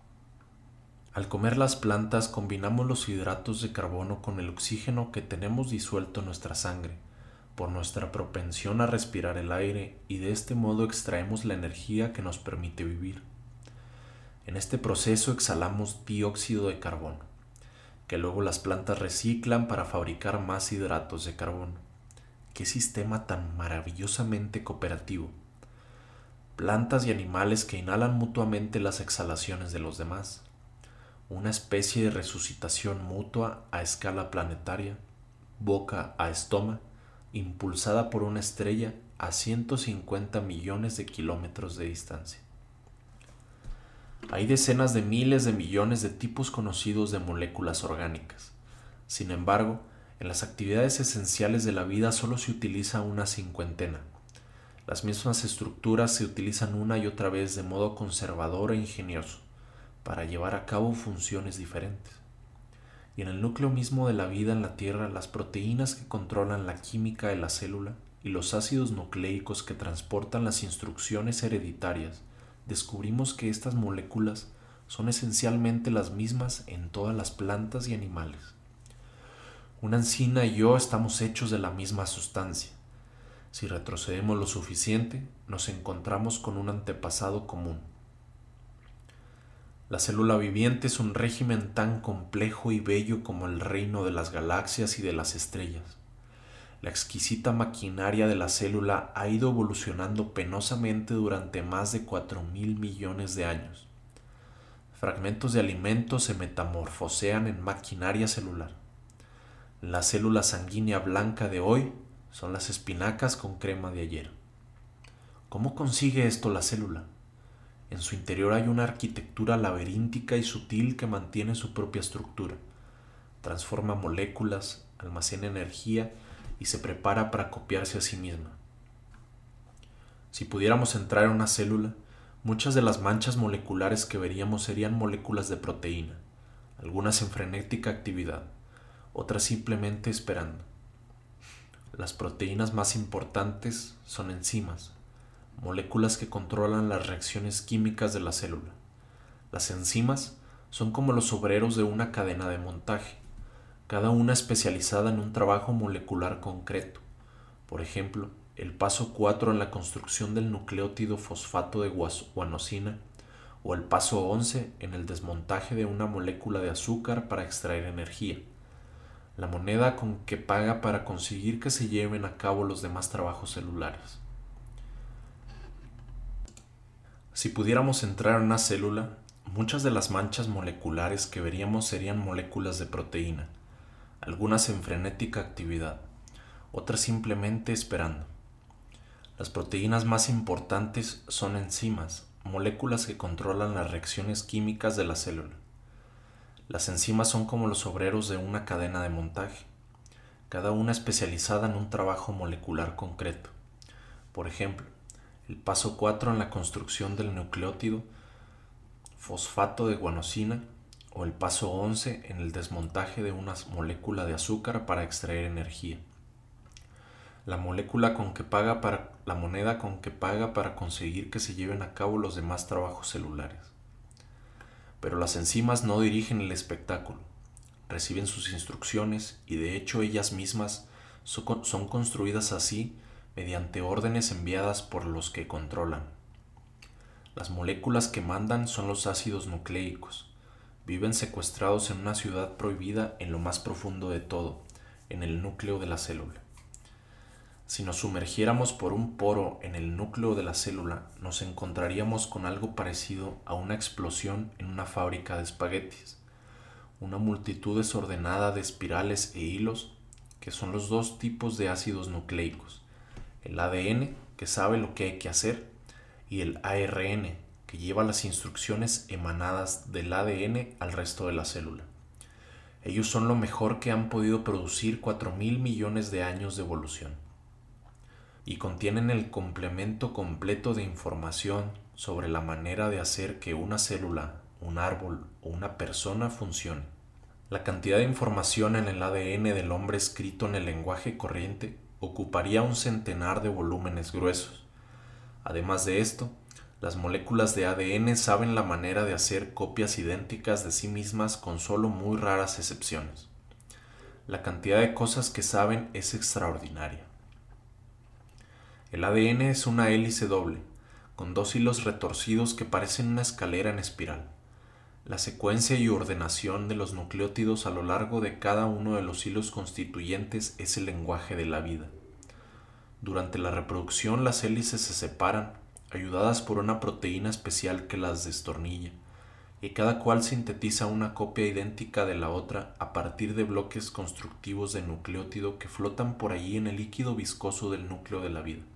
Al comer las plantas combinamos los hidratos de carbono con el oxígeno que tenemos disuelto en nuestra sangre, por nuestra propensión a respirar el aire, y de este modo extraemos la energía que nos permite vivir. En este proceso exhalamos dióxido de carbono, que luego las plantas reciclan para fabricar más hidratos de carbono. ¡Qué sistema tan maravillosamente cooperativo! Plantas y animales que inhalan mutuamente las exhalaciones de los demás. Una especie de resucitación mutua a escala planetaria, boca a estoma, impulsada por una estrella a 150 millones de kilómetros de distancia. Hay decenas de miles de millones de tipos conocidos de moléculas orgánicas. Sin embargo, en las actividades esenciales de la vida solo se utiliza una cincuentena. Las mismas estructuras se utilizan una y otra vez de modo conservador e ingenioso para llevar a cabo funciones diferentes. Y en el núcleo mismo de la vida en la Tierra, las proteínas que controlan la química de la célula y los ácidos nucleicos que transportan las instrucciones hereditarias, descubrimos que estas moléculas son esencialmente las mismas en todas las plantas y animales. Una encina y yo estamos hechos de la misma sustancia. Si retrocedemos lo suficiente, nos encontramos con un antepasado común. La célula viviente es un régimen tan complejo y bello como el reino de las galaxias y de las estrellas. La exquisita maquinaria de la célula ha ido evolucionando penosamente durante más de 4.000 millones de años. Fragmentos de alimentos se metamorfosean en maquinaria celular. La célula sanguínea blanca de hoy son las espinacas con crema de ayer. ¿Cómo consigue esto la célula? En su interior hay una arquitectura laberíntica y sutil que mantiene su propia estructura. Transforma moléculas, almacena energía y se prepara para copiarse a sí misma. Si pudiéramos entrar en una célula, muchas de las manchas moleculares que veríamos serían moléculas de proteína, algunas en frenética actividad, otras simplemente esperando. Las proteínas más importantes son enzimas, moléculas que controlan las reacciones químicas de la célula. Las enzimas son como los obreros de una cadena de montaje, cada una especializada en un trabajo molecular concreto. Por ejemplo, el paso 4 en la construcción del nucleótido fosfato de guanosina o el paso 11 en el desmontaje de una molécula de azúcar para extraer energía. La moneda con que paga para conseguir que se lleven a cabo los demás trabajos celulares. Si pudiéramos entrar en una célula, muchas de las manchas moleculares que veríamos serían moléculas de proteína, algunas en frenética actividad, otras simplemente esperando. Las proteínas más importantes son enzimas, moléculas que controlan las reacciones químicas de la célula. Las enzimas son como los obreros de una cadena de montaje, cada una especializada en un trabajo molecular concreto. Por ejemplo, el paso 4 en la construcción del nucleótido fosfato de guanosina o el paso 11 en el desmontaje de una molécula de azúcar para extraer energía. La moneda con que paga para conseguir que se lleven a cabo los demás trabajos celulares. Pero las enzimas no dirigen el espectáculo, reciben sus instrucciones y de hecho ellas mismas son construidas así mediante órdenes enviadas por los que controlan. Las moléculas que mandan son los ácidos nucleicos. Viven secuestrados en una ciudad prohibida en lo más profundo de todo, en el núcleo de la célula. Si nos sumergiéramos por un poro en el núcleo de la célula, nos encontraríamos con algo parecido a una explosión en una fábrica de espaguetis, una multitud desordenada de espirales e hilos, que son los dos tipos de ácidos nucleicos, el ADN, que sabe lo que hay que hacer, y el ARN, que lleva las instrucciones emanadas del ADN al resto de la célula. Ellos son lo mejor que han podido producir 4.000 millones de años de evolución. Y contienen el complemento completo de información sobre la manera de hacer que una célula, un árbol o una persona funcione. La cantidad de información en el ADN del hombre escrito en el lenguaje corriente ocuparía un centenar de volúmenes gruesos. Además de esto, las moléculas de ADN saben la manera de hacer copias idénticas de sí mismas con solo muy raras excepciones. La cantidad de cosas que saben es extraordinaria. El ADN es una hélice doble, con dos hilos retorcidos que parecen una escalera en espiral. La secuencia y ordenación de los nucleótidos a lo largo de cada uno de los hilos constituyentes es el lenguaje de la vida. Durante la reproducción las hélices se separan, ayudadas por una proteína especial que las destornilla, y cada cual sintetiza una copia idéntica de la otra a partir de bloques constructivos de nucleótido que flotan por allí en el líquido viscoso del núcleo de la vida.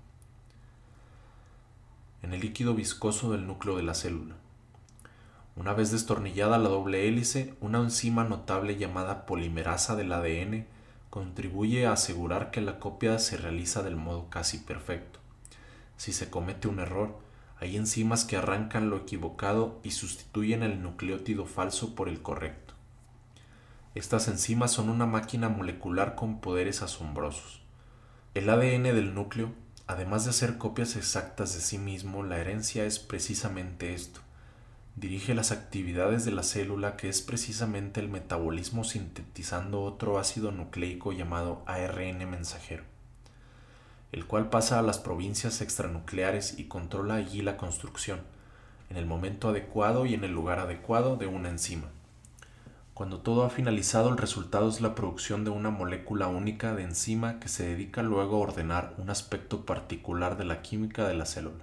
En el líquido viscoso del núcleo de la célula. Una vez destornillada la doble hélice, una enzima notable llamada polimerasa del ADN contribuye a asegurar que la copia se realiza del modo casi perfecto. Si se comete un error, hay enzimas que arrancan lo equivocado y sustituyen el nucleótido falso por el correcto. Estas enzimas son una máquina molecular con poderes asombrosos. El ADN del núcleo, además de hacer copias exactas de sí mismo, la herencia es precisamente esto. Dirige las actividades de la célula, que es precisamente el metabolismo sintetizando otro ácido nucleico llamado ARN mensajero, el cual pasa a las provincias extranucleares y controla allí la construcción, en el momento adecuado y en el lugar adecuado, de una enzima. Cuando todo ha finalizado, el resultado es la producción de una molécula única de enzima que se dedica luego a ordenar un aspecto particular de la química de la célula.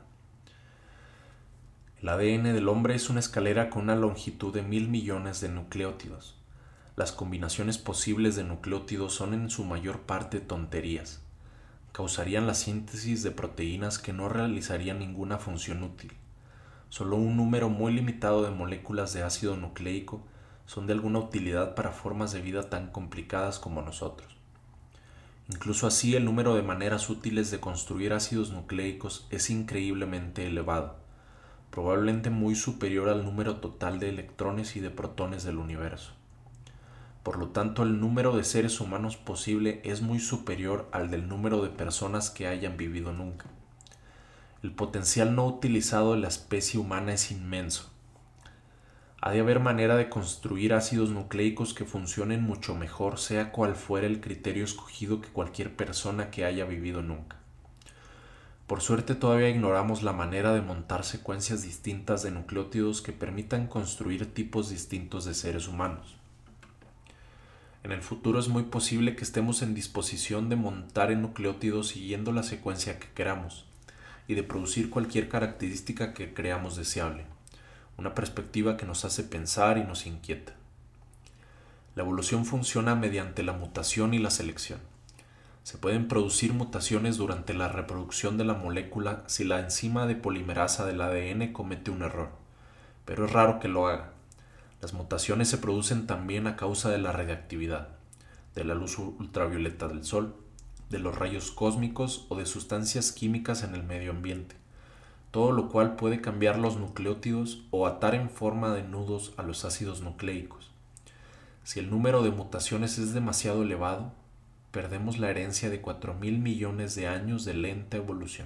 El ADN del hombre es una escalera con una longitud de 1.000 millones de nucleótidos. Las combinaciones posibles de nucleótidos son en su mayor parte tonterías. Causarían la síntesis de proteínas que no realizarían ninguna función útil. Solo un número muy limitado de moléculas de ácido nucleico son de alguna utilidad para formas de vida tan complicadas como nosotros. Incluso así, el número de maneras útiles de construir ácidos nucleicos es increíblemente elevado, probablemente muy superior al número total de electrones y de protones del universo. Por lo tanto, el número de seres humanos posible es muy superior al del número de personas que hayan vivido nunca. El potencial no utilizado de la especie humana es inmenso. Ha de haber manera de construir ácidos nucleicos que funcionen mucho mejor, sea cual fuera el criterio escogido, que cualquier persona que haya vivido nunca. Por suerte todavía ignoramos la manera de montar secuencias distintas de nucleótidos que permitan construir tipos distintos de seres humanos. En el futuro es muy posible que estemos en disposición de montar en nucleótidos siguiendo la secuencia que queramos y de producir cualquier característica que creamos deseable. Una perspectiva que nos hace pensar y nos inquieta. La evolución funciona mediante la mutación y la selección. Se pueden producir mutaciones durante la reproducción de la molécula si la enzima de polimerasa del ADN comete un error, pero es raro que lo haga. Las mutaciones se producen también a causa de la radiactividad, de la luz ultravioleta del sol, de los rayos cósmicos o de sustancias químicas en el medio ambiente, todo lo cual puede cambiar los nucleótidos o atar en forma de nudos a los ácidos nucleicos. Si el número de mutaciones es demasiado elevado, perdemos la herencia de 4.000 millones de años de lenta evolución.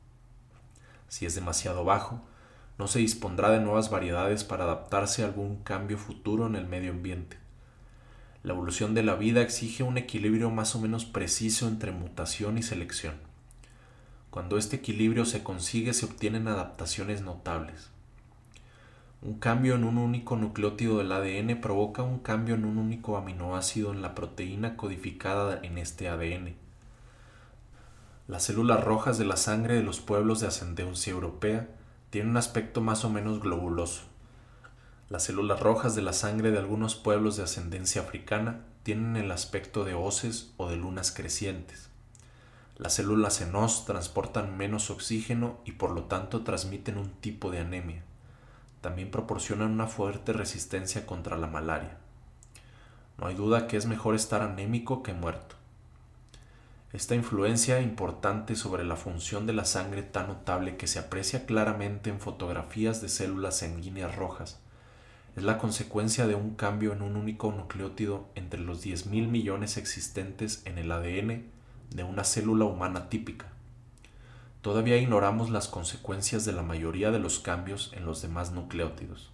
Si es demasiado bajo, no se dispondrá de nuevas variedades para adaptarse a algún cambio futuro en el medio ambiente. La evolución de la vida exige un equilibrio más o menos preciso entre mutación y selección. Cuando este equilibrio se consigue, se obtienen adaptaciones notables. Un cambio en un único nucleótido del ADN provoca un cambio en un único aminoácido en la proteína codificada en este ADN. Las células rojas de la sangre de los pueblos de ascendencia europea tienen un aspecto más o menos globuloso. Las células rojas de la sangre de algunos pueblos de ascendencia africana tienen el aspecto de hoces o de lunas crecientes. Las células en hoz transportan menos oxígeno y por lo tanto transmiten un tipo de anemia. También proporcionan una fuerte resistencia contra la malaria. No hay duda que es mejor estar anémico que muerto. Esta influencia importante sobre la función de la sangre tan notable que se aprecia claramente en fotografías de células sanguíneas rojas es la consecuencia de un cambio en un único nucleótido entre los 10.000 millones existentes en el ADN de una célula humana típica. Todavía ignoramos las consecuencias de la mayoría de los cambios en los demás nucleótidos.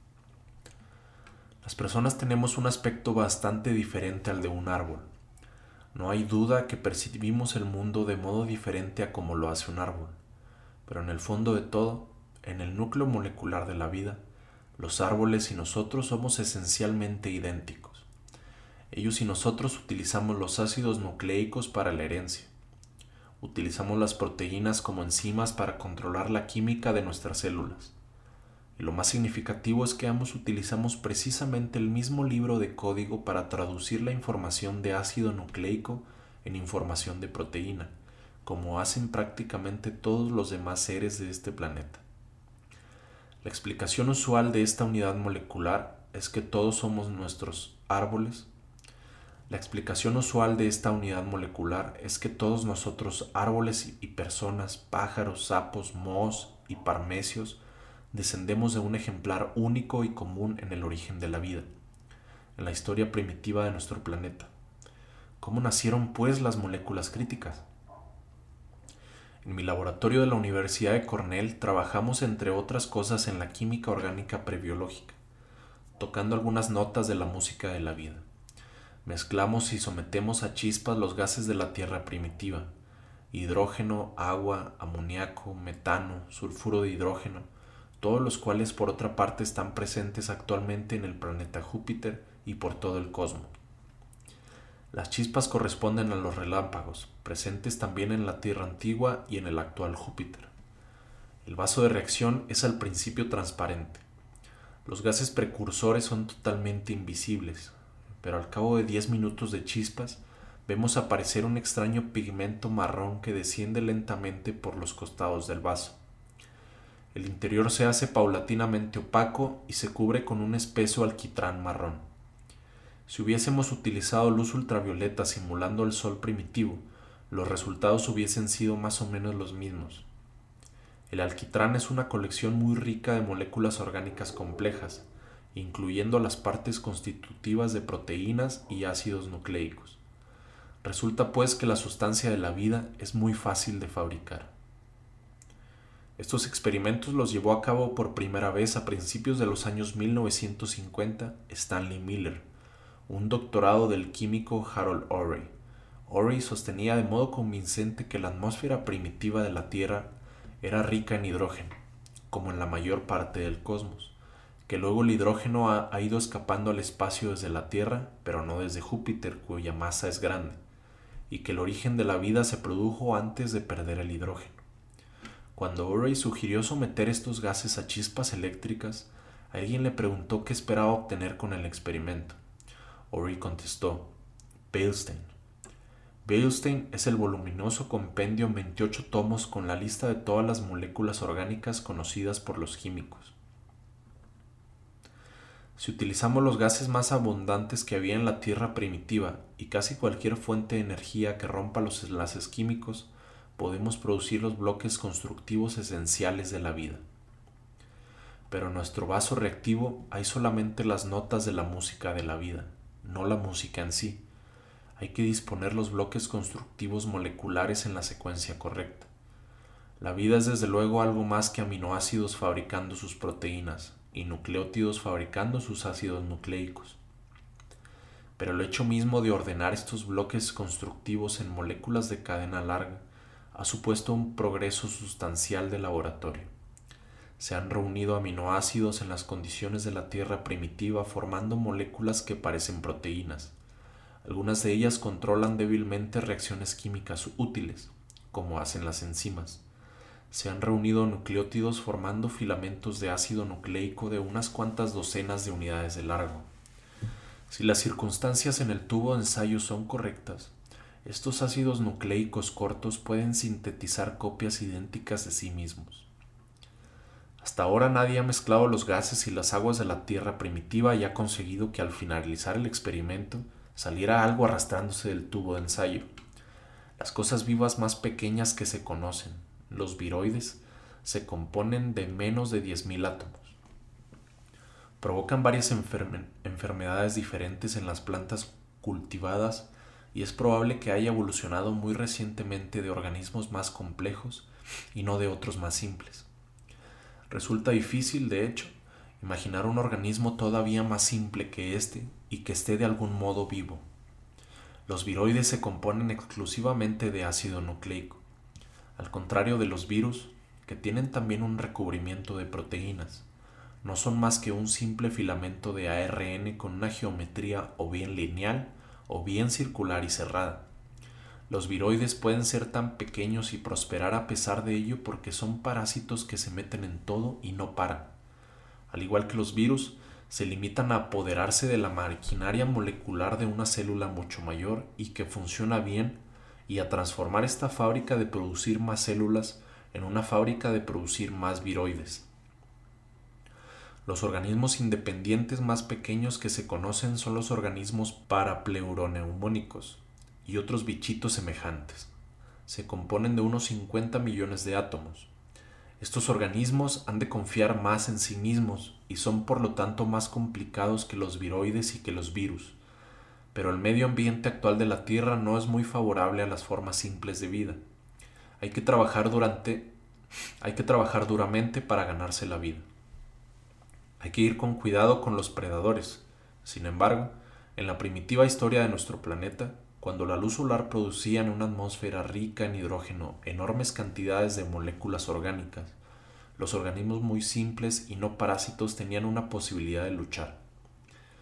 Las personas tenemos un aspecto bastante diferente al de un árbol. No hay duda que percibimos el mundo de modo diferente a como lo hace un árbol, pero en el fondo de todo, en el núcleo molecular de la vida, los árboles y nosotros somos esencialmente idénticos. Ellos y nosotros utilizamos los ácidos nucleicos para la herencia. Utilizamos las proteínas como enzimas para controlar la química de nuestras células. Y lo más significativo es que ambos utilizamos precisamente el mismo libro de código para traducir la información de ácido nucleico en información de proteína, como hacen prácticamente todos los demás seres de este planeta. La explicación usual de esta unidad molecular es que todos somos nuestros árboles. La explicación usual de esta unidad molecular es que todos nosotros, árboles y personas, pájaros, sapos, mohos y parmesios, descendemos de un ejemplar único y común en el origen de la vida, en la historia primitiva de nuestro planeta. ¿Cómo nacieron, pues, las moléculas críticas? En mi laboratorio de la Universidad de Cornell trabajamos, entre otras cosas, en la química orgánica prebiológica, tocando algunas notas de la música de la vida. Mezclamos y sometemos a chispas los gases de la Tierra primitiva: hidrógeno, agua, amoníaco, metano, sulfuro de hidrógeno, todos los cuales por otra parte están presentes actualmente en el planeta Júpiter y por todo el cosmos. Las chispas corresponden a los relámpagos, presentes también en la Tierra antigua y en el actual Júpiter. El vaso de reacción es al principio transparente. Los gases precursores son totalmente invisibles, pero al cabo de 10 minutos de chispas, vemos aparecer un extraño pigmento marrón que desciende lentamente por los costados del vaso. El interior se hace paulatinamente opaco y se cubre con un espeso alquitrán marrón. Si hubiésemos utilizado luz ultravioleta simulando el sol primitivo, los resultados hubiesen sido más o menos los mismos. El alquitrán es una colección muy rica de moléculas orgánicas complejas, incluyendo las partes constitutivas de proteínas y ácidos nucleicos. Resulta pues que la sustancia de la vida es muy fácil de fabricar. Estos experimentos los llevó a cabo por primera vez a principios de los años 1950 Stanley Miller, un doctorado del químico Harold Urey. Urey sostenía de modo convincente que la atmósfera primitiva de la Tierra era rica en hidrógeno, como en la mayor parte del cosmos, que luego el hidrógeno ha ido escapando al espacio desde la Tierra, pero no desde Júpiter, cuya masa es grande, y que el origen de la vida se produjo antes de perder el hidrógeno. Cuando Urey sugirió someter estos gases a chispas eléctricas, alguien le preguntó qué esperaba obtener con el experimento. Urey contestó: Beilstein. Beilstein es el voluminoso compendio en 28 tomos con la lista de todas las moléculas orgánicas conocidas por los químicos. Si utilizamos los gases más abundantes que había en la Tierra primitiva y casi cualquier fuente de energía que rompa los enlaces químicos, podemos producir los bloques constructivos esenciales de la vida. Pero en nuestro vaso reactivo hay solamente las notas de la música de la vida, no la música en sí. Hay que disponer los bloques constructivos moleculares en la secuencia correcta. La vida es desde luego algo más que aminoácidos fabricando sus proteínas y nucleótidos fabricando sus ácidos nucleicos. Pero el hecho mismo de ordenar estos bloques constructivos en moléculas de cadena larga ha supuesto un progreso sustancial de laboratorio. Se han reunido aminoácidos en las condiciones de la Tierra primitiva formando moléculas que parecen proteínas. Algunas de ellas controlan débilmente reacciones químicas útiles, como hacen las enzimas. Se han reunido nucleótidos formando filamentos de ácido nucleico de unas cuantas docenas de unidades de largo. Si las circunstancias en el tubo de ensayo son correctas, estos ácidos nucleicos cortos pueden sintetizar copias idénticas de sí mismos. Hasta ahora nadie ha mezclado los gases y las aguas de la Tierra primitiva y ha conseguido que al finalizar el experimento saliera algo arrastrándose del tubo de ensayo. Las cosas vivas más pequeñas que se conocen, los viroides, se componen de menos de 10.000 átomos. Provocan varias enfermedades diferentes en las plantas cultivadas y es probable que haya evolucionado muy recientemente de organismos más complejos y no de otros más simples. Resulta difícil, de hecho, imaginar un organismo todavía más simple que este y que esté de algún modo vivo. Los viroides se componen exclusivamente de ácido nucleico, al contrario de los virus, que tienen también un recubrimiento de proteínas. No son más que un simple filamento de ARN con una geometría o bien lineal o bien circular y cerrada. Los viroides pueden ser tan pequeños y prosperar a pesar de ello porque son parásitos que se meten en todo y no paran. Al igual que los virus, se limitan a apoderarse de la maquinaria molecular de una célula mucho mayor y que funciona bien y a transformar esta fábrica de producir más células en una fábrica de producir más viroides. Los organismos independientes más pequeños que se conocen son los organismos parapleuroneumónicos y otros bichitos semejantes. Se componen de unos 50 millones de átomos. Estos organismos han de confiar más en sí mismos y son por lo tanto más complicados que los viroides y que los virus. Pero el medio ambiente actual de la Tierra no es muy favorable a las formas simples de vida. Hay que trabajar duramente para ganarse la vida. Hay que ir con cuidado con los predadores. Sin embargo, en la primitiva historia de nuestro planeta, cuando la luz solar producía en una atmósfera rica en hidrógeno enormes cantidades de moléculas orgánicas, los organismos muy simples y no parásitos tenían una posibilidad de luchar.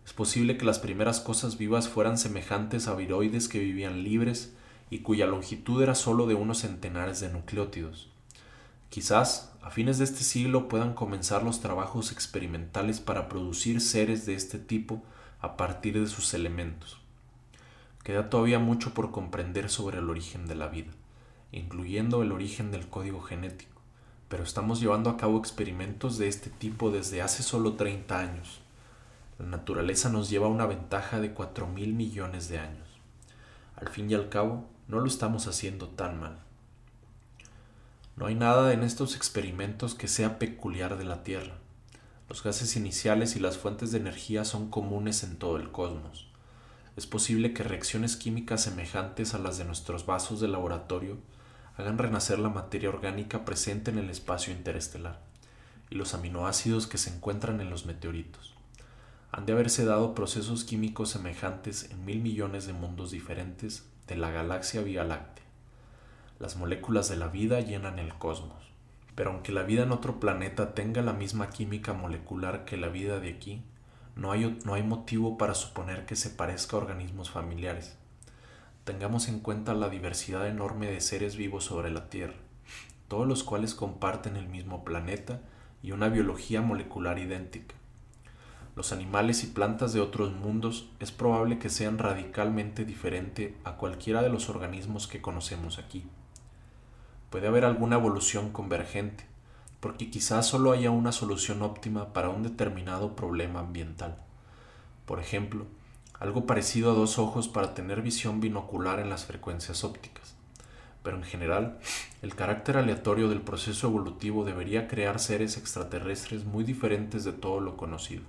Es posible que las primeras cosas vivas fueran semejantes a viroides que vivían libres y cuya longitud era sólo de unos centenares de nucleótidos. Quizás, a fines de este siglo puedan comenzar los trabajos experimentales para producir seres de este tipo a partir de sus elementos. Queda todavía mucho por comprender sobre el origen de la vida, incluyendo el origen del código genético, pero estamos llevando a cabo experimentos de este tipo desde hace solo 30 años. La naturaleza nos lleva una ventaja de 4.000 millones de años. Al fin y al cabo, no lo estamos haciendo tan mal. No hay nada en estos experimentos que sea peculiar de la Tierra. Los gases iniciales y las fuentes de energía son comunes en todo el cosmos. Es posible que reacciones químicas semejantes a las de nuestros vasos de laboratorio hagan renacer la materia orgánica presente en el espacio interestelar y los aminoácidos que se encuentran en los meteoritos. Han de haberse dado procesos químicos semejantes en 1.000 millones de mundos diferentes de la galaxia Vía Láctea. Las moléculas de la vida llenan el cosmos. Pero aunque la vida en otro planeta tenga la misma química molecular que la vida de aquí, no hay motivo para suponer que se parezca a organismos familiares. Tengamos en cuenta la diversidad enorme de seres vivos sobre la Tierra, todos los cuales comparten el mismo planeta y una biología molecular idéntica. Los animales y plantas de otros mundos es probable que sean radicalmente diferentes a cualquiera de los organismos que conocemos aquí. Puede haber alguna evolución convergente, porque quizás solo haya una solución óptima para un determinado problema ambiental. Por ejemplo, algo parecido a dos ojos para tener visión binocular en las frecuencias ópticas. Pero en general, el carácter aleatorio del proceso evolutivo debería crear seres extraterrestres muy diferentes de todo lo conocido.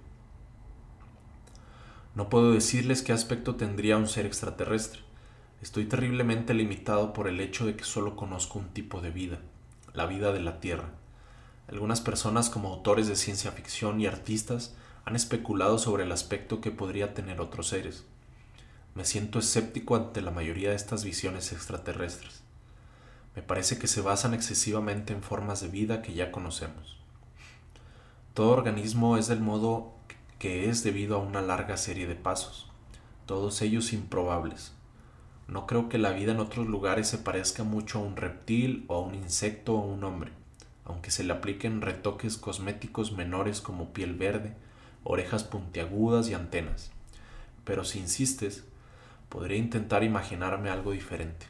No puedo decirles qué aspecto tendría un ser extraterrestre. Estoy terriblemente limitado por el hecho de que solo conozco un tipo de vida, la vida de la Tierra. Algunas personas como autores de ciencia ficción y artistas han especulado sobre el aspecto que podría tener otros seres. Me siento escéptico ante la mayoría de estas visiones extraterrestres. Me parece que se basan excesivamente en formas de vida que ya conocemos. Todo organismo es del modo que es debido a una larga serie de pasos, todos ellos improbables. No creo que la vida en otros lugares se parezca mucho a un reptil o a un insecto o a un hombre, aunque se le apliquen retoques cosméticos menores como piel verde, orejas puntiagudas y antenas. Pero si insistes, podría intentar imaginarme algo diferente.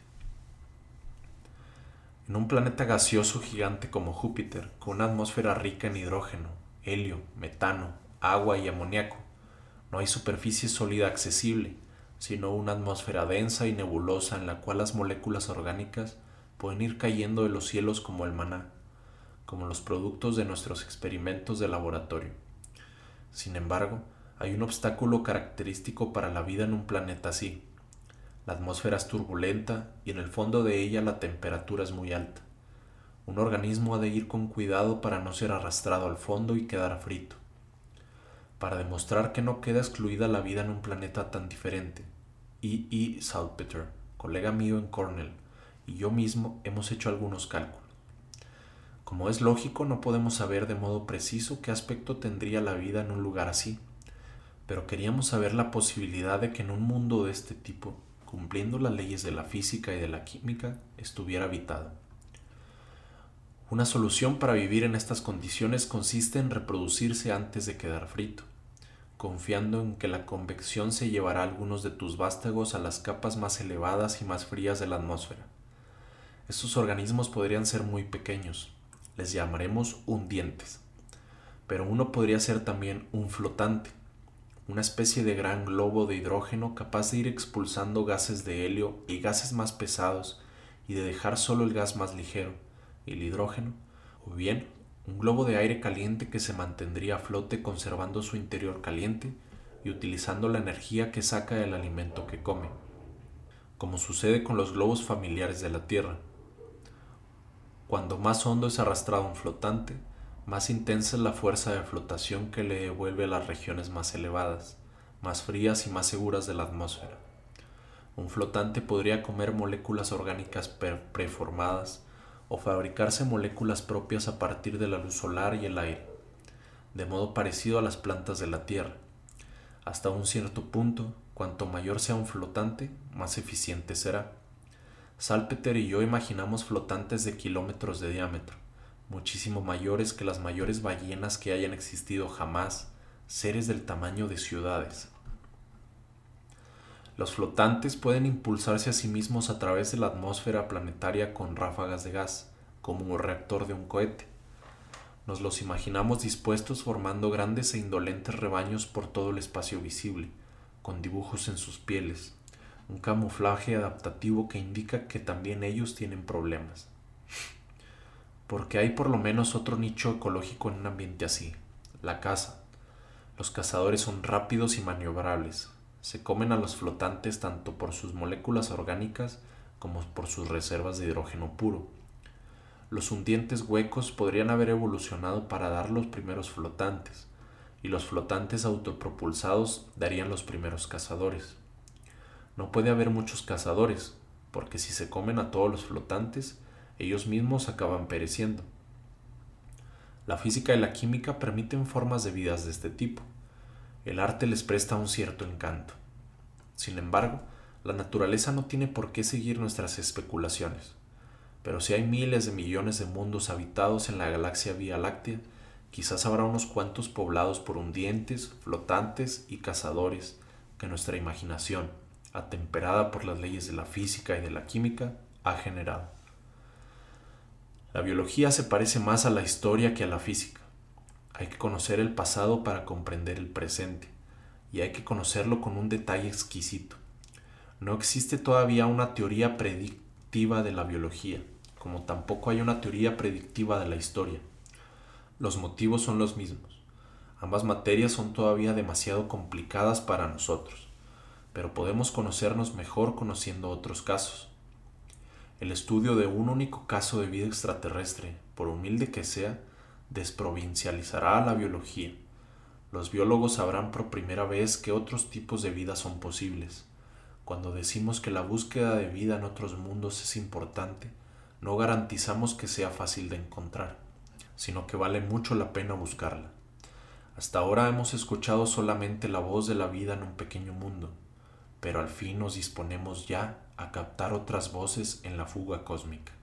En un planeta gaseoso gigante como Júpiter, con una atmósfera rica en hidrógeno, helio, metano, agua y amoníaco, no hay superficie sólida accesible, sino una atmósfera densa y nebulosa en la cual las moléculas orgánicas pueden ir cayendo de los cielos como el maná, como los productos de nuestros experimentos de laboratorio. Sin embargo, hay un obstáculo característico para la vida en un planeta así. La atmósfera es turbulenta y en el fondo de ella la temperatura es muy alta. Un organismo ha de ir con cuidado para no ser arrastrado al fondo y quedar frito. Para demostrar que no queda excluida la vida en un planeta tan diferente, E. Salpeter, colega mío en Cornell, y yo mismo hemos hecho algunos cálculos. Como es lógico, no podemos saber de modo preciso qué aspecto tendría la vida en un lugar así, pero queríamos saber la posibilidad de que en un mundo de este tipo, cumpliendo las leyes de la física y de la química, estuviera habitado. Una solución para vivir en estas condiciones consiste en reproducirse antes de quedar frito, confiando en que la convección se llevará algunos de tus vástagos a las capas más elevadas y más frías de la atmósfera. Estos organismos podrían ser muy pequeños, les llamaremos hundientes, pero uno podría ser también un flotante, una especie de gran globo de hidrógeno capaz de ir expulsando gases de helio y gases más pesados y de dejar solo el gas más ligero, el hidrógeno, o bien un globo de aire caliente que se mantendría a flote conservando su interior caliente y utilizando la energía que saca del alimento que come, como sucede con los globos familiares de la Tierra. Cuando más hondo es arrastrado un flotante, más intensa es la fuerza de flotación que le devuelve a las regiones más elevadas, más frías y más seguras de la atmósfera. Un flotante podría comer moléculas orgánicas preformadas o fabricarse moléculas propias a partir de la luz solar y el aire, de modo parecido a las plantas de la Tierra. Hasta un cierto punto, cuanto mayor sea un flotante, más eficiente será. Salpeter y yo imaginamos flotantes de kilómetros de diámetro, muchísimo mayores que las mayores ballenas que hayan existido jamás, seres del tamaño de ciudades. Los flotantes pueden impulsarse a sí mismos a través de la atmósfera planetaria con ráfagas de gas, como un reactor de un cohete. Nos los imaginamos dispuestos formando grandes e indolentes rebaños por todo el espacio visible, con dibujos en sus pieles, un camuflaje adaptativo que indica que también ellos tienen problemas. Porque hay por lo menos otro nicho ecológico en un ambiente así, la caza. Los cazadores son rápidos y maniobrables. Se comen a los flotantes tanto por sus moléculas orgánicas como por sus reservas de hidrógeno puro. Los hundientes huecos podrían haber evolucionado para dar los primeros flotantes, y los flotantes autopropulsados darían los primeros cazadores. No puede haber muchos cazadores, porque si se comen a todos los flotantes, ellos mismos acaban pereciendo. La física y la química permiten formas de vidas de este tipo. El arte les presta un cierto encanto. Sin embargo, la naturaleza no tiene por qué seguir nuestras especulaciones. Pero si hay miles de millones de mundos habitados en la galaxia Vía Láctea, quizás habrá unos cuantos poblados por hundientes, flotantes y cazadores que nuestra imaginación, atemperada por las leyes de la física y de la química, ha generado. La biología se parece más a la historia que a la física. Hay que conocer el pasado para comprender el presente, y hay que conocerlo con un detalle exquisito. No existe todavía una teoría predictiva de la biología, como tampoco hay una teoría predictiva de la historia. Los motivos son los mismos. Ambas materias son todavía demasiado complicadas para nosotros, pero podemos conocernos mejor conociendo otros casos. El estudio de un único caso de vida extraterrestre, por humilde que sea, desprovincializará a la biología. Los biólogos sabrán por primera vez que otros tipos de vida son posibles. Cuando decimos que la búsqueda de vida en otros mundos es importante, no garantizamos que sea fácil de encontrar, sino que vale mucho la pena buscarla. Hasta ahora hemos escuchado solamente la voz de la vida en un pequeño mundo, pero al fin nos disponemos ya a captar otras voces en la fuga cósmica.